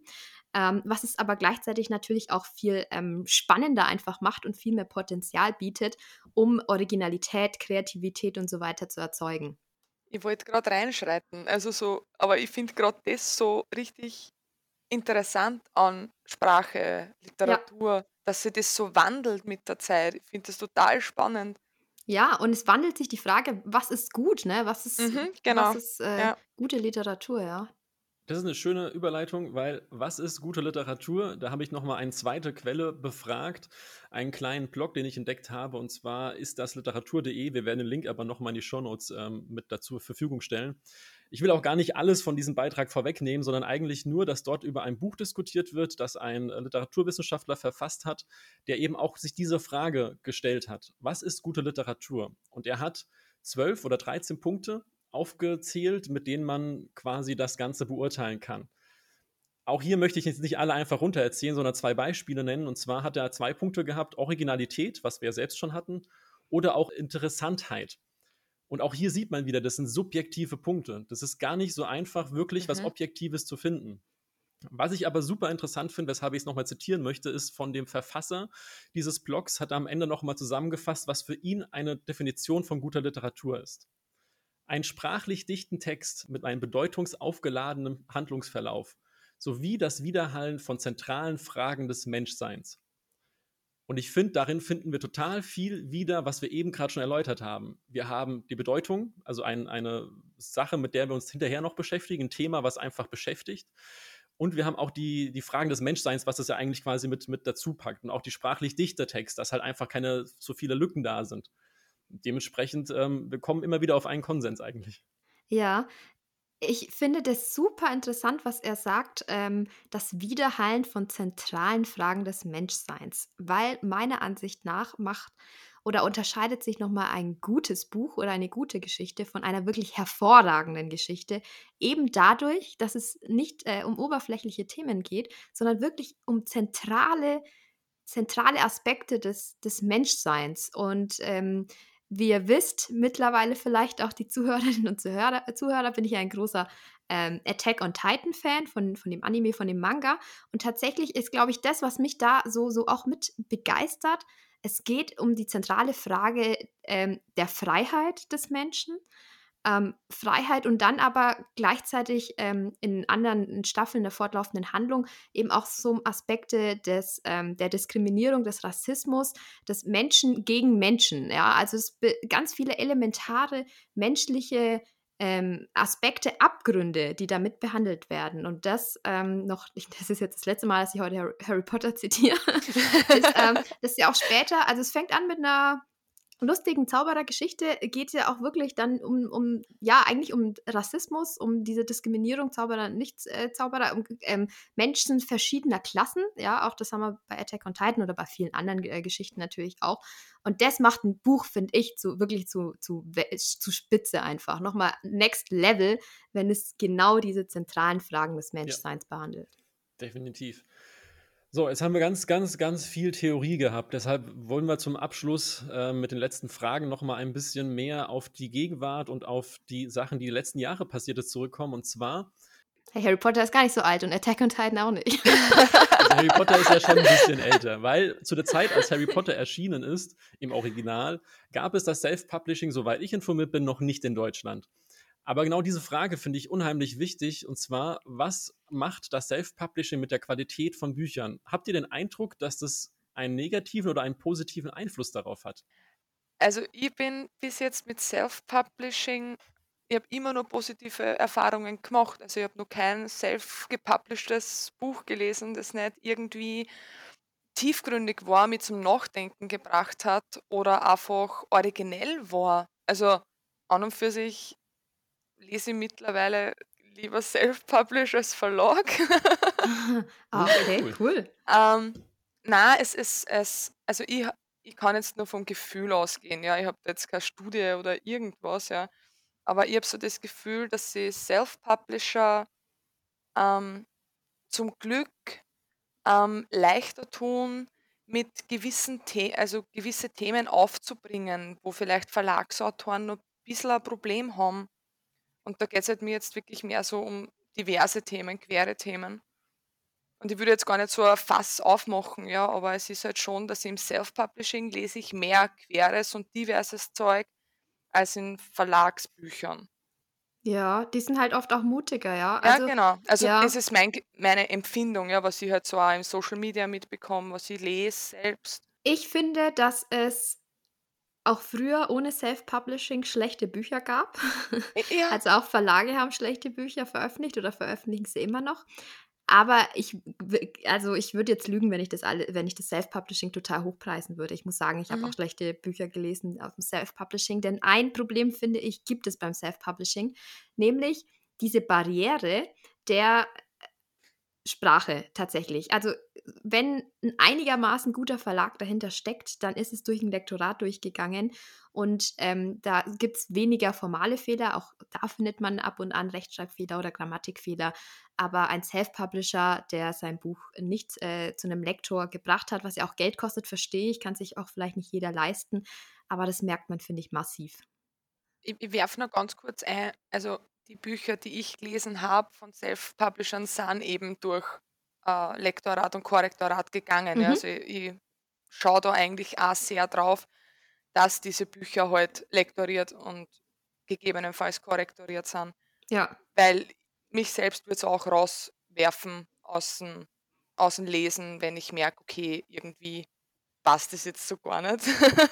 Was es aber gleichzeitig natürlich auch viel spannender einfach macht und viel mehr Potenzial bietet, um Originalität, Kreativität und so weiter zu erzeugen. Ich wollte gerade reinschreiten. Also so, aber ich finde gerade das so richtig interessant an Sprache, Ja, Literatur, dass sich das so wandelt mit der Zeit. Ich finde das total spannend. ja, und es wandelt sich die Frage, was ist gut, ne? Was Genau. ist Ja. gute Literatur, ja? Das ist eine schöne Überleitung, weil was ist gute Literatur? Da habe ich noch mal eine zweite Quelle befragt, einen kleinen Blog, den ich entdeckt habe, und zwar ist das literatur.de. Wir werden den Link aber noch mal in die Shownotes mit dazu zur Verfügung stellen. Ich will auch gar nicht alles von diesem Beitrag vorwegnehmen, sondern eigentlich nur, dass dort über ein Buch diskutiert wird, das ein Literaturwissenschaftler verfasst hat, der eben auch sich diese Frage gestellt hat. Was ist gute Literatur? Und er hat 12 oder 13 Punkte aufgezählt, mit denen man quasi das Ganze beurteilen kann. Auch hier möchte ich jetzt nicht alle einfach runtererzählen, sondern 2 Beispiele nennen. Und zwar hat er 2 Punkte gehabt: Originalität, was wir ja selbst schon hatten, oder auch Interessantheit. Und auch hier sieht man wieder, das sind subjektive Punkte. Das ist gar nicht so einfach, wirklich was Objektives zu finden. Was ich aber super interessant finde, weshalb ich es nochmal zitieren möchte, ist von dem Verfasser dieses Blogs, hat er am Ende nochmal zusammengefasst, was für ihn eine Definition von guter Literatur ist. Ein sprachlich dichten Text mit einem bedeutungsaufgeladenen Handlungsverlauf sowie das Widerhallen von zentralen Fragen des Menschseins. Und ich finde, darin finden wir total viel wieder, was wir eben gerade schon erläutert haben. Wir haben die Bedeutung, also eine Sache, mit der wir uns hinterher noch beschäftigen, ein Thema, was einfach beschäftigt. Und wir haben auch die Fragen des Menschseins, was es ja eigentlich quasi mit dazu packt. Und auch die sprachlich dichte Text, dass halt einfach keine so viele Lücken da sind. Dementsprechend, wir kommen immer wieder auf einen Konsens eigentlich. Ja, ich finde das super interessant, was er sagt, das Widerhallen von zentralen Fragen des Menschseins, weil meiner Ansicht nach macht oder unterscheidet sich noch mal ein gutes Buch oder eine gute Geschichte von einer wirklich hervorragenden Geschichte eben dadurch, dass es nicht, um oberflächliche Themen geht, sondern wirklich um zentrale Aspekte des Menschseins. Und wie ihr wisst, mittlerweile vielleicht auch die Zuhörerinnen und Zuhörer, bin ich ja ein großer Attack on Titan-Fan von dem Anime, von dem Manga. Und tatsächlich ist, glaube ich, das, was mich da so auch mit begeistert, es geht um die zentrale Frage der Freiheit des Menschen. Freiheit und dann aber gleichzeitig in anderen Staffeln der fortlaufenden Handlung eben auch so Aspekte der Diskriminierung, des Rassismus, des Menschen gegen Menschen. Ja? Also ganz viele elementare menschliche Aspekte, Abgründe, die damit behandelt werden. Und das das ist jetzt das letzte Mal, dass ich heute Harry Potter zitiere, das ist ja auch später, also es fängt an mit einer lustigen Zauberergeschichte geht es ja auch wirklich dann eigentlich um Rassismus, um diese Diskriminierung Zauberer, Nicht-Zauberer, um Menschen verschiedener Klassen. Ja, auch das haben wir bei Attack on Titan oder bei vielen anderen Geschichten natürlich auch. Und das macht ein Buch, finde ich, wirklich zu spitze einfach. Nochmal Next Level, wenn es genau diese zentralen Fragen des Menschseins behandelt. Definitiv. So, jetzt haben wir ganz, ganz, ganz viel Theorie gehabt. Deshalb wollen wir zum Abschluss mit den letzten Fragen noch mal ein bisschen mehr auf die Gegenwart und auf die Sachen, die letzten Jahre passiert ist, zurückkommen. Und zwar, Hey, Harry Potter ist gar nicht so alt und Attack on Titan auch nicht. also Harry Potter ist ja schon ein bisschen älter, weil zu der Zeit, als Harry Potter erschienen ist, im Original, gab es das Self-Publishing, soweit ich informiert bin, noch nicht in Deutschland. Aber genau diese Frage finde ich unheimlich wichtig, und zwar, was macht das Self-Publishing mit der Qualität von Büchern? Habt ihr den Eindruck, dass das einen negativen oder einen positiven Einfluss darauf hat? Also ich bin bis jetzt mit Self-Publishing, ich habe immer nur positive Erfahrungen gemacht. Also ich habe noch kein self-gepublishedes Buch gelesen, das nicht irgendwie tiefgründig war, mich zum Nachdenken gebracht hat oder einfach originell war. Also an und für sich lese ich mittlerweile lieber Self-Publish als Verlag. Okay, Cool. cool. Na, also ich kann jetzt nur vom Gefühl ausgehen, ja. Ich habe jetzt keine Studie oder irgendwas, ja. Aber ich habe so das Gefühl, dass sie Self-Publisher ähm, zum Glück leichter tun, mit also gewisse Themen aufzubringen, wo vielleicht Verlagsautoren noch ein bisschen ein Problem haben. Und da geht es halt mir jetzt wirklich mehr so um diverse Themen, quere Themen. Und ich würde jetzt gar nicht so ein Fass aufmachen, ja, aber es ist halt schon, dass im Self-Publishing lese ich mehr queres und diverses Zeug als in Verlagsbüchern. Ja, die sind halt oft auch mutiger, ja. Ja, Also, genau. Also das ja, ist meine Empfindung, ja, was ich halt so auch im Social Media mitbekomme, was ich lese selbst. ich finde, dass es auch früher ohne Self-Publishing schlechte Bücher gab. Ja, Also, auch Verlage haben schlechte Bücher veröffentlicht oder veröffentlichen sie immer noch. Aber ich würde jetzt lügen, wenn ich das Self-Publishing total hochpreisen würde. Ich muss sagen, ich habe mhm. auch schlechte Bücher gelesen auf'm Self-Publishing, denn ein Problem, finde ich, gibt es beim Self-Publishing, nämlich diese Barriere der Sprache tatsächlich. Also, wenn ein einigermaßen guter Verlag dahinter steckt, dann ist es durch ein Lektorat durchgegangen und, da gibt's weniger formale Fehler. Auch da findet man ab und an Rechtschreibfehler oder Grammatikfehler. Aber ein Self-Publisher, der sein Buch nicht, zu einem Lektor gebracht hat, was ja auch Geld kostet, verstehe ich, kann sich auch vielleicht nicht jeder leisten, aber das merkt man, finde ich, massiv. Ich werfe noch ganz kurz ein, also die Bücher, die ich gelesen habe von Self-Publishern, sind eben durch Lektorat und Korrektorat gegangen. Ja. Also Mhm. ich schaue da eigentlich auch sehr drauf, dass diese Bücher halt lektoriert und gegebenenfalls korrektoriert sind. Ja. Weil mich selbst würde es auch rauswerfen aus dem Lesen, wenn ich merke, okay, irgendwie passt das jetzt so gar nicht.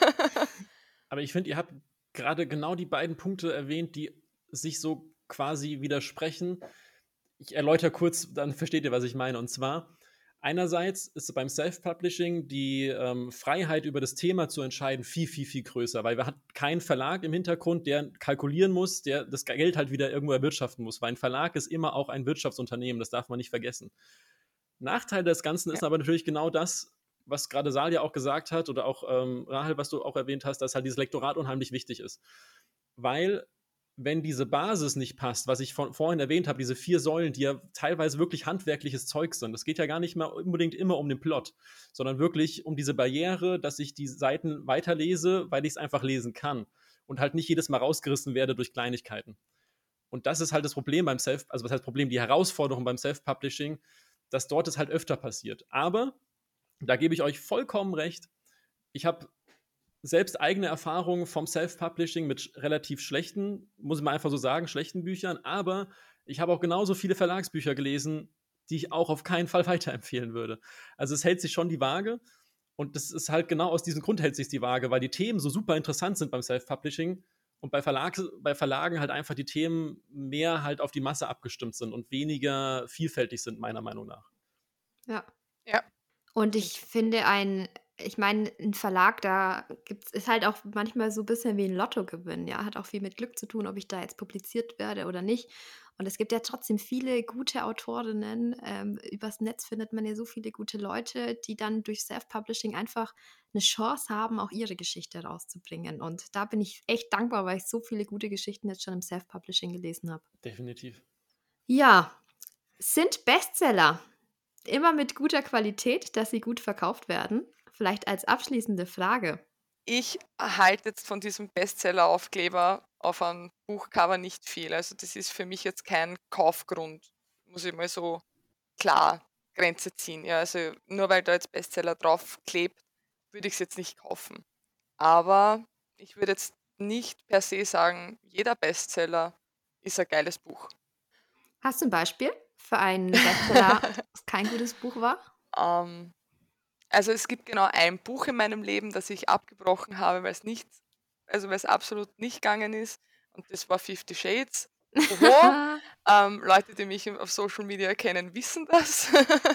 Aber ich finde, ihr habt gerade genau die beiden Punkte erwähnt, die sich so quasi widersprechen. Ich erläutere kurz, dann versteht ihr, was ich meine. Und zwar, einerseits ist beim Self-Publishing die Freiheit über das Thema zu entscheiden viel, viel, viel größer, weil wir haben keinen Verlag im Hintergrund, der kalkulieren muss, der das Geld halt wieder irgendwo erwirtschaften muss, weil ein Verlag ist immer auch ein Wirtschaftsunternehmen, das darf man nicht vergessen. Nachteil des Ganzen Ja. ist aber natürlich genau das, was gerade Salia auch gesagt hat oder auch Rahel, was du auch erwähnt hast, dass halt dieses Lektorat unheimlich wichtig ist. Weil, wenn diese Basis nicht passt, was ich vorhin erwähnt habe, diese 4 Säulen, die ja teilweise wirklich handwerkliches Zeug sind, das geht ja gar nicht mal unbedingt immer um den Plot, sondern wirklich um diese Barriere, dass ich die Seiten weiterlese, weil ich es einfach lesen kann und halt nicht jedes Mal rausgerissen werde durch Kleinigkeiten. Und das ist halt das Problem also was heißt Problem, die Herausforderung beim Self-Publishing, dass dort es halt öfter passiert. Aber da gebe ich euch vollkommen recht. Ich habe selbst eigene Erfahrungen vom Self-Publishing mit relativ schlechten, muss man einfach so sagen, schlechten Büchern, aber ich habe auch genauso viele Verlagsbücher gelesen, die ich auch auf keinen Fall weiterempfehlen würde. Also es hält sich schon die Waage und das ist halt genau aus diesem Grund hält sich die Waage, weil die Themen so super interessant sind beim Self-Publishing und bei Verlagen halt einfach die Themen mehr halt auf die Masse abgestimmt sind und weniger vielfältig sind, meiner Meinung nach. Ja. Ja, Und finde ich ich. finde, ich meine, 'n Verlag, da ist halt auch manchmal so ein bisschen wie 'n Lottogewinn, ja? Hat auch viel mit Glück zu tun, ob ich da jetzt publiziert werde oder nicht. Und es gibt ja trotzdem viele gute Autorinnen. Übers Netz findet man ja so viele gute Leute, die dann durch Self-Publishing einfach eine Chance haben, auch ihre Geschichte rauszubringen. Und da bin ich echt dankbar, weil ich so viele gute Geschichten jetzt schon im Self-Publishing gelesen habe. Definitiv. Ja, sind Bestseller immer mit guter Qualität, dass sie gut verkauft werden? Vielleicht als abschließende Frage. Ich halte jetzt von diesem Bestseller-Aufkleber auf einem Buchcover nicht viel. Also das ist für mich jetzt kein Kaufgrund, muss ich mal so klar Grenze ziehen. Ja, also nur weil da jetzt Bestseller drauf klebt, würde ich es jetzt nicht kaufen. Aber ich würde jetzt nicht per se sagen, jeder Bestseller ist ein geiles Buch. Hast du ein Beispiel für einen Bestseller, das kein gutes Buch war? Ähm, also es gibt genau ein Buch in meinem Leben, das ich abgebrochen habe, weil es absolut nicht gegangen ist. Und das war 50 Shades. Oho, Leute, die mich auf Social Media kennen, wissen das.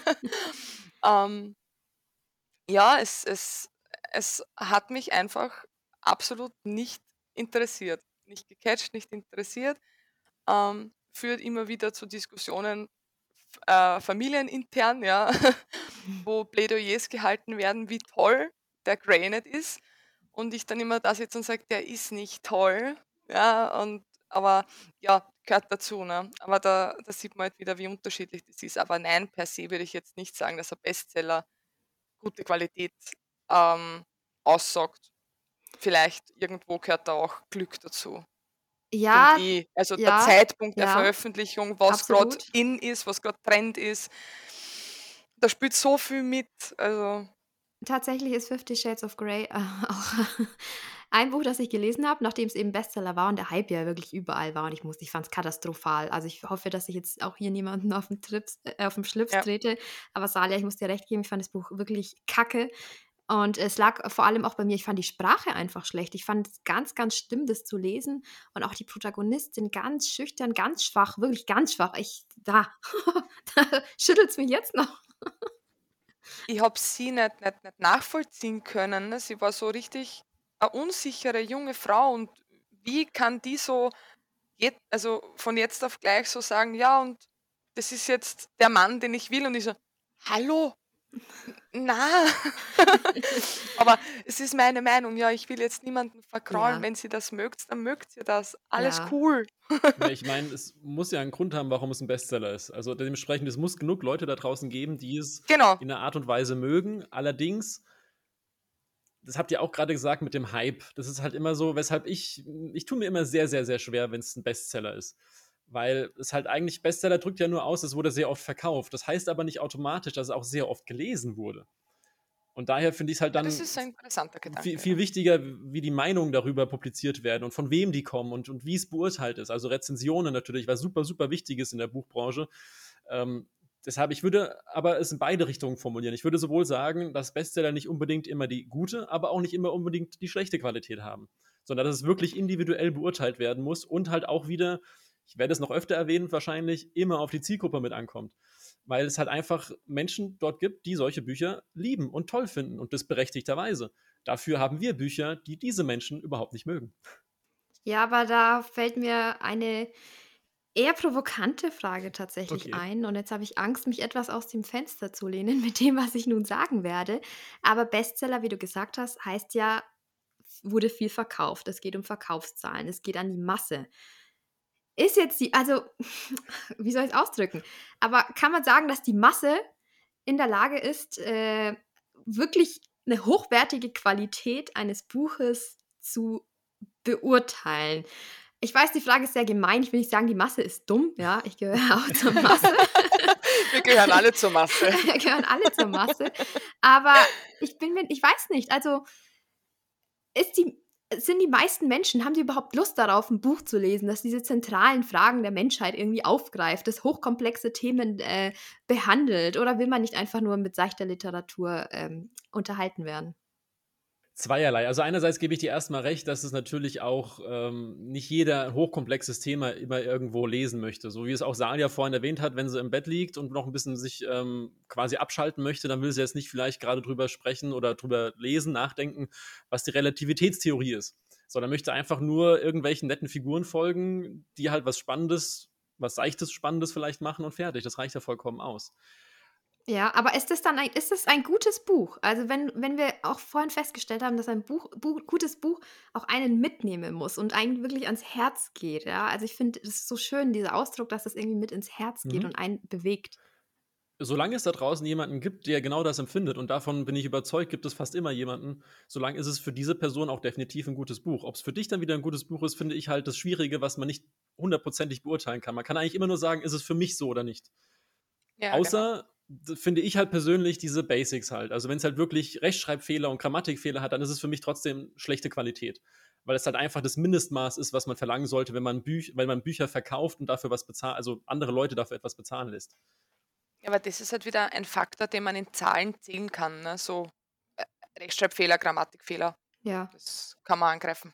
ähm, ja, es hat mich einfach absolut nicht interessiert. Nicht gecatcht, nicht interessiert. Führt immer wieder zu Diskussionen familienintern, ja, wo Plädoyers gehalten werden, wie toll der Greynet ist. Und ich dann immer da sitze und sage, der ist nicht toll. Ja, aber ja, gehört dazu. Ne? Aber da sieht man halt wieder, wie unterschiedlich das ist. Aber nein, per se würde ich jetzt nicht sagen, dass ein Bestseller gute Qualität ähm, aussagt. Vielleicht irgendwo gehört da auch Glück dazu. Finde Ja, ich. Also der ja, Zeitpunkt der ja, Veröffentlichung, was gerade absolut. in ist, was gerade Trend ist, da spielt so viel mit. Also, Tatsächlich ist „Fifty Shades of Grey", auch ein Buch, das ich gelesen habe, nachdem es eben Bestseller war und der Hype ja wirklich überall war und ich fand es katastrophal. Also, ich hoffe, dass ich jetzt auch hier niemanden auf 'n Schlips ja. trete, aber Salia, ich muss dir recht geben, ich fand das Buch wirklich kacke und es lag vor allem auch bei mir, ich fand die Sprache einfach schlecht. Ich fand es ganz, ganz schlimm, das zu lesen und auch die Protagonistin ganz schüchtern, ganz schwach, wirklich ganz schwach. Da schüttelt's mich jetzt noch. Ich habe sie nicht nachvollziehen können, ne? Sie war so richtig eine unsichere junge Frau und wie kann die so also von jetzt auf gleich so sagen: „Ja, und das ist jetzt der Mann, den ich will.“ Und ich so: „Hallo, na.“ Aber es ist meine Meinung, ja, ich will jetzt niemanden vergraulen. Ja, Wenn sie das mögt, dann mögt ihr das. Alles ja. cool. Ja, ich meine, es muss ja einen Grund haben, warum es ein Bestseller ist. Also, dementsprechend, es muss genug Leute da draußen geben, die es Genau. in 'ner Art und Weise mögen. Allerdings, das habt ihr auch gerade gesagt mit dem Hype. Das ist halt immer so, weshalb ich tue mir immer sehr, sehr, sehr schwer, wenn es ein Bestseller ist. Weil es halt eigentlich Bestseller drückt ja nur aus, es wurde sehr oft verkauft. Das heißt aber nicht automatisch, dass es auch sehr oft gelesen wurde. Und daher finde ich es halt Ja, das dann ist ein interessanter viel, Gedanke, viel ja. wichtiger, wie die Meinungen darüber publiziert werden und von wem die kommen und wie es beurteilt ist. Also Rezensionen natürlich, was super, super wichtig ist in der Buchbranche. Ähm, Deshalb, ich würde aber es in beide Richtungen formulieren. Ich würde sowohl sagen, dass Bestseller nicht unbedingt immer die gute, aber auch nicht immer unbedingt die schlechte Qualität haben, sondern dass es wirklich individuell beurteilt werden muss und halt auch wieder, ich werde es noch öfter erwähnen, wahrscheinlich immer auf die Zielgruppe mit ankommt. Weil es halt einfach Menschen dort gibt, die solche Bücher lieben und toll finden und das berechtigterweise. Dafür haben wir Bücher, die diese Menschen überhaupt nicht mögen. Ja, aber da fällt mir eine eher provokante Frage tatsächlich Okay. ein und jetzt habe ich Angst, mich etwas aus dem Fenster zu lehnen mit dem, was ich nun sagen werde. Aber Bestseller, wie du gesagt hast, heißt ja, wurde viel verkauft. Es geht um Verkaufszahlen, es geht an die Masse. Ist jetzt wie soll ich's ausdrücken? Aber kann man sagen, dass die Masse in der Lage ist, wirklich eine hochwertige Qualität eines Buches zu beurteilen? Ich weiß, die Frage ist sehr gemein. Ich will nicht sagen, die Masse ist dumm, ja, ich gehöre auch zur Masse. Wir gehören alle zur Masse. Wir gehören alle zur Masse. Aber ich weiß nicht, also ist die sind die meisten Menschen haben die überhaupt Lust darauf, ein Buch zu lesen, das diese zentralen Fragen der Menschheit irgendwie aufgreift, das hochkomplexe Themen, behandelt? Oder will man nicht einfach nur mit seichter Literatur, unterhalten werden? Zweierlei. Also einerseits gebe ich dir erstmal recht, dass es natürlich auch nicht jeder ein hochkomplexes Thema immer irgendwo lesen möchte. So wie es auch Salia vorhin erwähnt hat, wenn sie im Bett liegt und noch ein bisschen sich quasi abschalten möchte, dann will sie jetzt nicht vielleicht gerade drüber sprechen oder drüber lesen, nachdenken, was die Relativitätstheorie ist. Sondern möchte einfach nur irgendwelchen netten Figuren folgen, die halt was Spannendes, was Seichtes, Spannendes vielleicht machen und fertig. Das reicht ja vollkommen aus. Ja, aber ist das ein gutes Buch? Also, wenn wir auch vorhin festgestellt haben, dass ein gutes Buch auch einen mitnehmen muss und einen wirklich ans Herz geht, ja? Also, ich finde, es ist so schön, dieser Ausdruck, dass es irgendwie mit ins Herz geht Mhm. und einen bewegt. Solange es da draußen jemanden gibt, der genau das empfindet, und davon bin ich überzeugt, gibt es fast immer jemanden, solange ist es für diese Person auch definitiv ein gutes Buch. Ob es für dich dann wieder ein gutes Buch ist, finde ich halt das Schwierige, was man nicht hundertprozentig beurteilen kann. Man kann eigentlich immer nur sagen, ist es für mich so oder nicht. Ja, genau. Außer, finde ich halt persönlich, diese Basics halt. Also wenn es halt wirklich Rechtschreibfehler und Grammatikfehler hat, dann ist es für mich trotzdem schlechte Qualität. Weil es halt einfach das Mindestmaß ist, was man verlangen sollte, wenn man Bücher verkauft und dafür was bezahlt, also andere Leute dafür etwas bezahlen lässt. Ja, aber das ist halt wieder ein Faktor, den man in Zahlen zählen kann, ne? So äh, Rechtschreibfehler, Grammatikfehler, Ja. das kann man angreifen.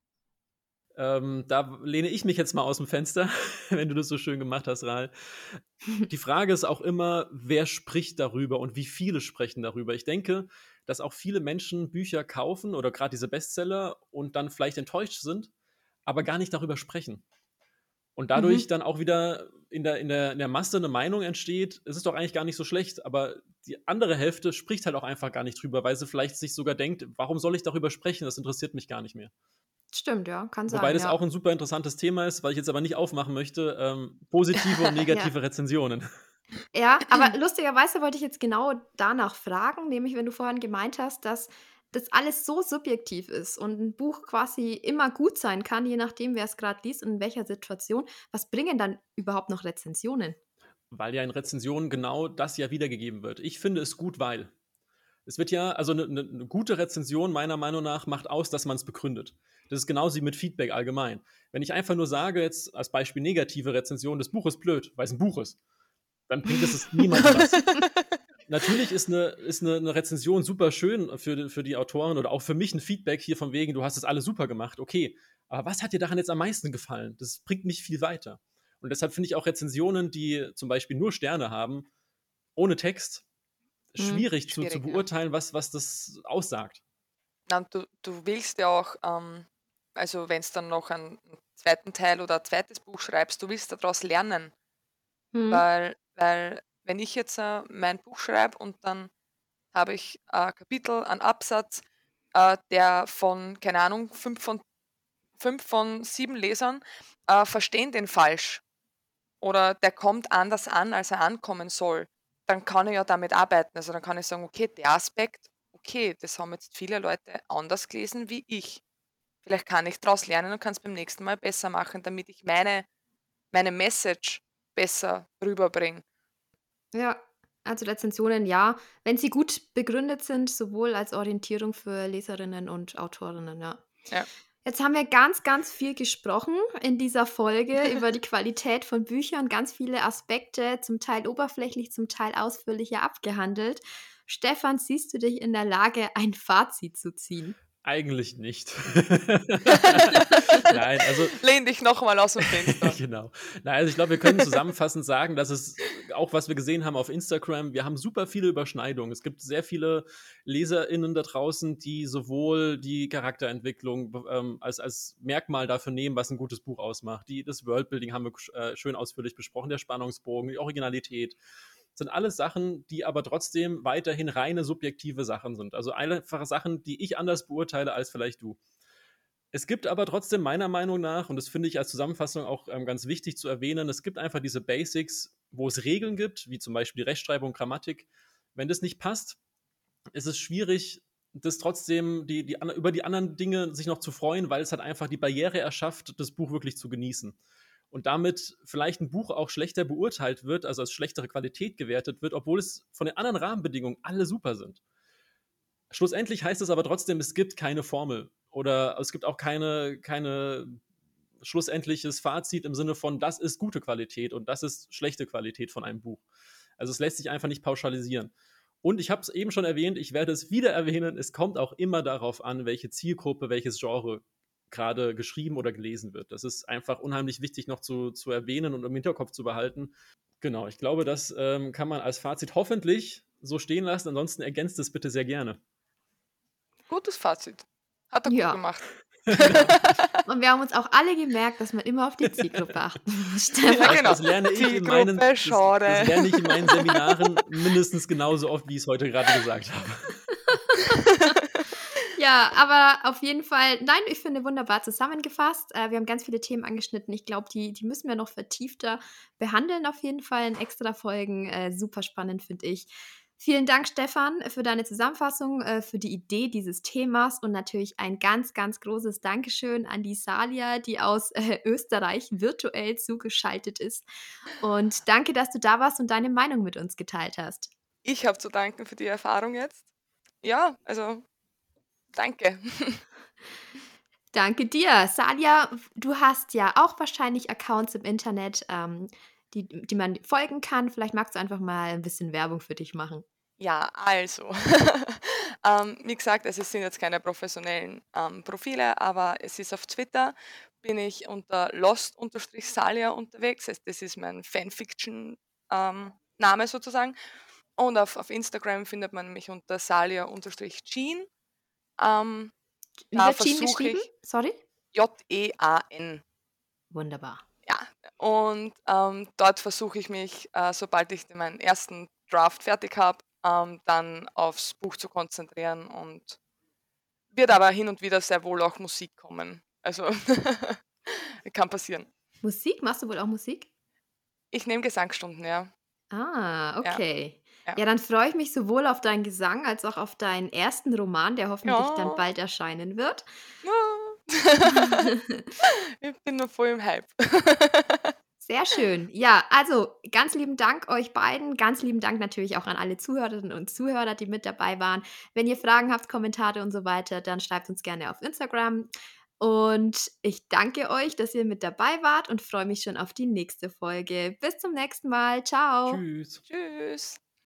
Da lehne ich mich jetzt mal aus dem Fenster, wenn du das so schön gemacht hast, Ral. Die Frage ist auch immer, wer spricht darüber und wie viele sprechen darüber. Ich denke, dass auch viele Menschen Bücher kaufen oder gerade diese Bestseller und dann vielleicht enttäuscht sind, aber gar nicht darüber sprechen. Und dadurch Mhm. dann auch wieder in der Masse eine Meinung entsteht, es ist doch eigentlich gar nicht so schlecht, aber die andere Hälfte spricht halt auch einfach gar nicht drüber, weil sie vielleicht sich sogar denkt, warum soll ich darüber sprechen? Das interessiert mich gar nicht mehr. Stimmt, ja, kann Wobei sein, das auch ja. ein super interessantes Thema ist, weil ich jetzt aber nicht aufmachen möchte, positive und Ja. negative Rezensionen. Ja, aber lustigerweise wollte ich jetzt genau danach fragen, nämlich wenn du vorhin gemeint hast, dass das alles so subjektiv ist und ein Buch quasi immer gut sein kann, je nachdem, wer es gerade liest und in welcher Situation. Was bringen dann überhaupt noch Rezensionen? Weil ja in Rezensionen genau das ja wiedergegeben wird. Ich finde es gut, weil es wird ja, also eine gute Rezension meiner Meinung nach macht aus, dass man es begründet. Das ist genauso wie mit Feedback allgemein. Wenn ich einfach nur sage, jetzt als Beispiel negative Rezension, das Buch ist blöd, weil es ein Buch ist, dann bringt es niemandem was. Natürlich ist eine Rezension super schön für die Autoren oder auch für mich ein Feedback hier von wegen, du hast es alles super gemacht, okay. Aber was hat dir daran jetzt am meisten gefallen? Das bringt mich viel weiter. Und deshalb finde ich auch Rezensionen, die zum Beispiel nur Sterne haben, ohne Text, schwierig zu Schwierig, ja. beurteilen, was das aussagt. Na, und du willst ja auch, also wenn es dann noch einen zweiten Teil oder ein zweites Buch schreibst, du willst daraus lernen. Mhm. Weil wenn ich jetzt mein Buch schreibe und dann habe ich ein Kapitel, einen Absatz, der von, keine Ahnung, 5 von 7 Lesern verstehen den falsch oder der kommt anders an, als er ankommen soll, dann kann ich ja damit arbeiten. Also dann kann ich sagen, okay, der Aspekt, okay, das haben jetzt viele Leute anders gelesen wie ich. Vielleicht kann ich daraus lernen und kann es beim nächsten Mal besser machen, damit ich meine Message besser rüberbringe. Ja, also Rezensionen, ja, wenn sie gut begründet sind, sowohl als Orientierung für Leserinnen und Autorinnen, ja. Ja. Jetzt haben wir ganz, ganz viel gesprochen in dieser Folge über die Qualität von Büchern, ganz viele Aspekte, zum Teil oberflächlich, zum Teil ausführlicher abgehandelt. Stefan, siehst du dich in der Lage, ein Fazit zu ziehen? Eigentlich nicht. Nein, also Lehn dich noch mal aus dem Fenster. genau. Nein, also ich glaube, wir können zusammenfassend sagen, dass es auch, was wir gesehen haben auf Instagram, wir haben super viele Überschneidungen. Es gibt sehr viele LeserInnen da draußen, die sowohl die Charakterentwicklung als Merkmal dafür nehmen, was ein gutes Buch ausmacht. Das Worldbuilding haben wir schön ausführlich besprochen, der Spannungsbogen, die Originalität. Sind alles Sachen, die aber trotzdem weiterhin reine subjektive Sachen sind. Also einfache Sachen, die ich anders beurteile als vielleicht du. Es gibt aber trotzdem meiner Meinung nach, und das finde ich als Zusammenfassung auch ganz wichtig zu erwähnen, es gibt einfach diese Basics, wo es Regeln gibt, wie zum Beispiel die Rechtschreibung, Grammatik. Wenn das nicht passt, ist es schwierig, das trotzdem über die anderen Dinge sich noch zu freuen, weil es halt einfach die Barriere erschafft, das Buch wirklich zu genießen. Und damit vielleicht ein Buch auch schlechter beurteilt wird, also als schlechtere Qualität gewertet wird, obwohl es von den anderen Rahmenbedingungen alle super sind. Schlussendlich heißt es aber trotzdem, es gibt keine Formel oder es gibt auch keine schlussendliches Fazit im Sinne von, das ist gute Qualität und das ist schlechte Qualität von einem Buch. Also es lässt sich einfach nicht pauschalisieren. Und ich habe es eben schon erwähnt, ich werde es wieder erwähnen, es kommt auch immer darauf an, welche Zielgruppe, welches Genre gerade geschrieben oder gelesen wird. Das ist einfach unheimlich wichtig noch zu erwähnen und im Hinterkopf zu behalten. Genau, ich glaube, das kann man als Fazit hoffentlich so stehen lassen. Ansonsten ergänzt es bitte sehr gerne. Gutes Fazit. Hat er gut Ja. gemacht. Genau. Und wir haben uns auch alle gemerkt, dass man immer auf die Zielgruppe achten muss. Ja, Stefan. genau. Das lerne ich Zielgruppe, das Genre. lerne ich in meinen Seminaren mindestens genauso oft, wie ich es heute gerade gesagt habe. Ja, aber auf jeden Fall, nein, ich finde wunderbar zusammengefasst. Wir haben ganz viele Themen angeschnitten. Ich glaube, die müssen wir noch vertiefter behandeln, auf jeden Fall in extra Folgen. Super spannend, finde ich. Vielen Dank, Stefan, für deine Zusammenfassung, für die Idee dieses Themas und natürlich ein ganz, ganz großes Dankeschön an die Salia, die aus Österreich virtuell zugeschaltet ist. Und danke, dass du da warst und deine Meinung mit uns geteilt hast. Ich habe zu danken für die Erfahrung jetzt. Ja, also danke. Danke dir. Salia, du hast ja auch wahrscheinlich Accounts im Internet, die man folgen kann. Vielleicht magst du einfach mal ein bisschen Werbung für dich machen. Ja, also, wie gesagt, also es sind jetzt keine professionellen Profile, aber es ist auf Twitter, bin ich unter lost-salia unterwegs. Das ist mein Fanfiction-Name sozusagen. Und auf Instagram findet man mich unter salia-jean. Ähm, Wie Da wird Jean versuche geschrieben? ich Sorry? Jean. Wunderbar. Ja, und dort versuche ich mich, sobald ich meinen ersten Draft fertig habe, dann aufs Buch zu konzentrieren und wird aber hin und wieder sehr wohl auch Musik kommen. Also kann passieren. Musik? Machst du wohl auch Musik? Ich nehme Gesangsstunden, ja. Ah, Ja, okay. ja. Ja, dann freue ich mich sowohl auf deinen Gesang als auch auf deinen ersten Roman, der hoffentlich dann Ja. bald erscheinen wird. Ich bin nur voll im Hype. Sehr schön. Ja, also ganz lieben Dank euch beiden. Ganz lieben Dank natürlich auch an alle Zuhörerinnen und Zuhörer, die mit dabei waren. Wenn ihr Fragen habt, Kommentare und so weiter, dann schreibt uns gerne auf Instagram. Und ich danke euch, dass ihr mit dabei wart und freue mich schon auf die nächste Folge. Bis zum nächsten Mal. Ciao. Tschüss. Tschüss.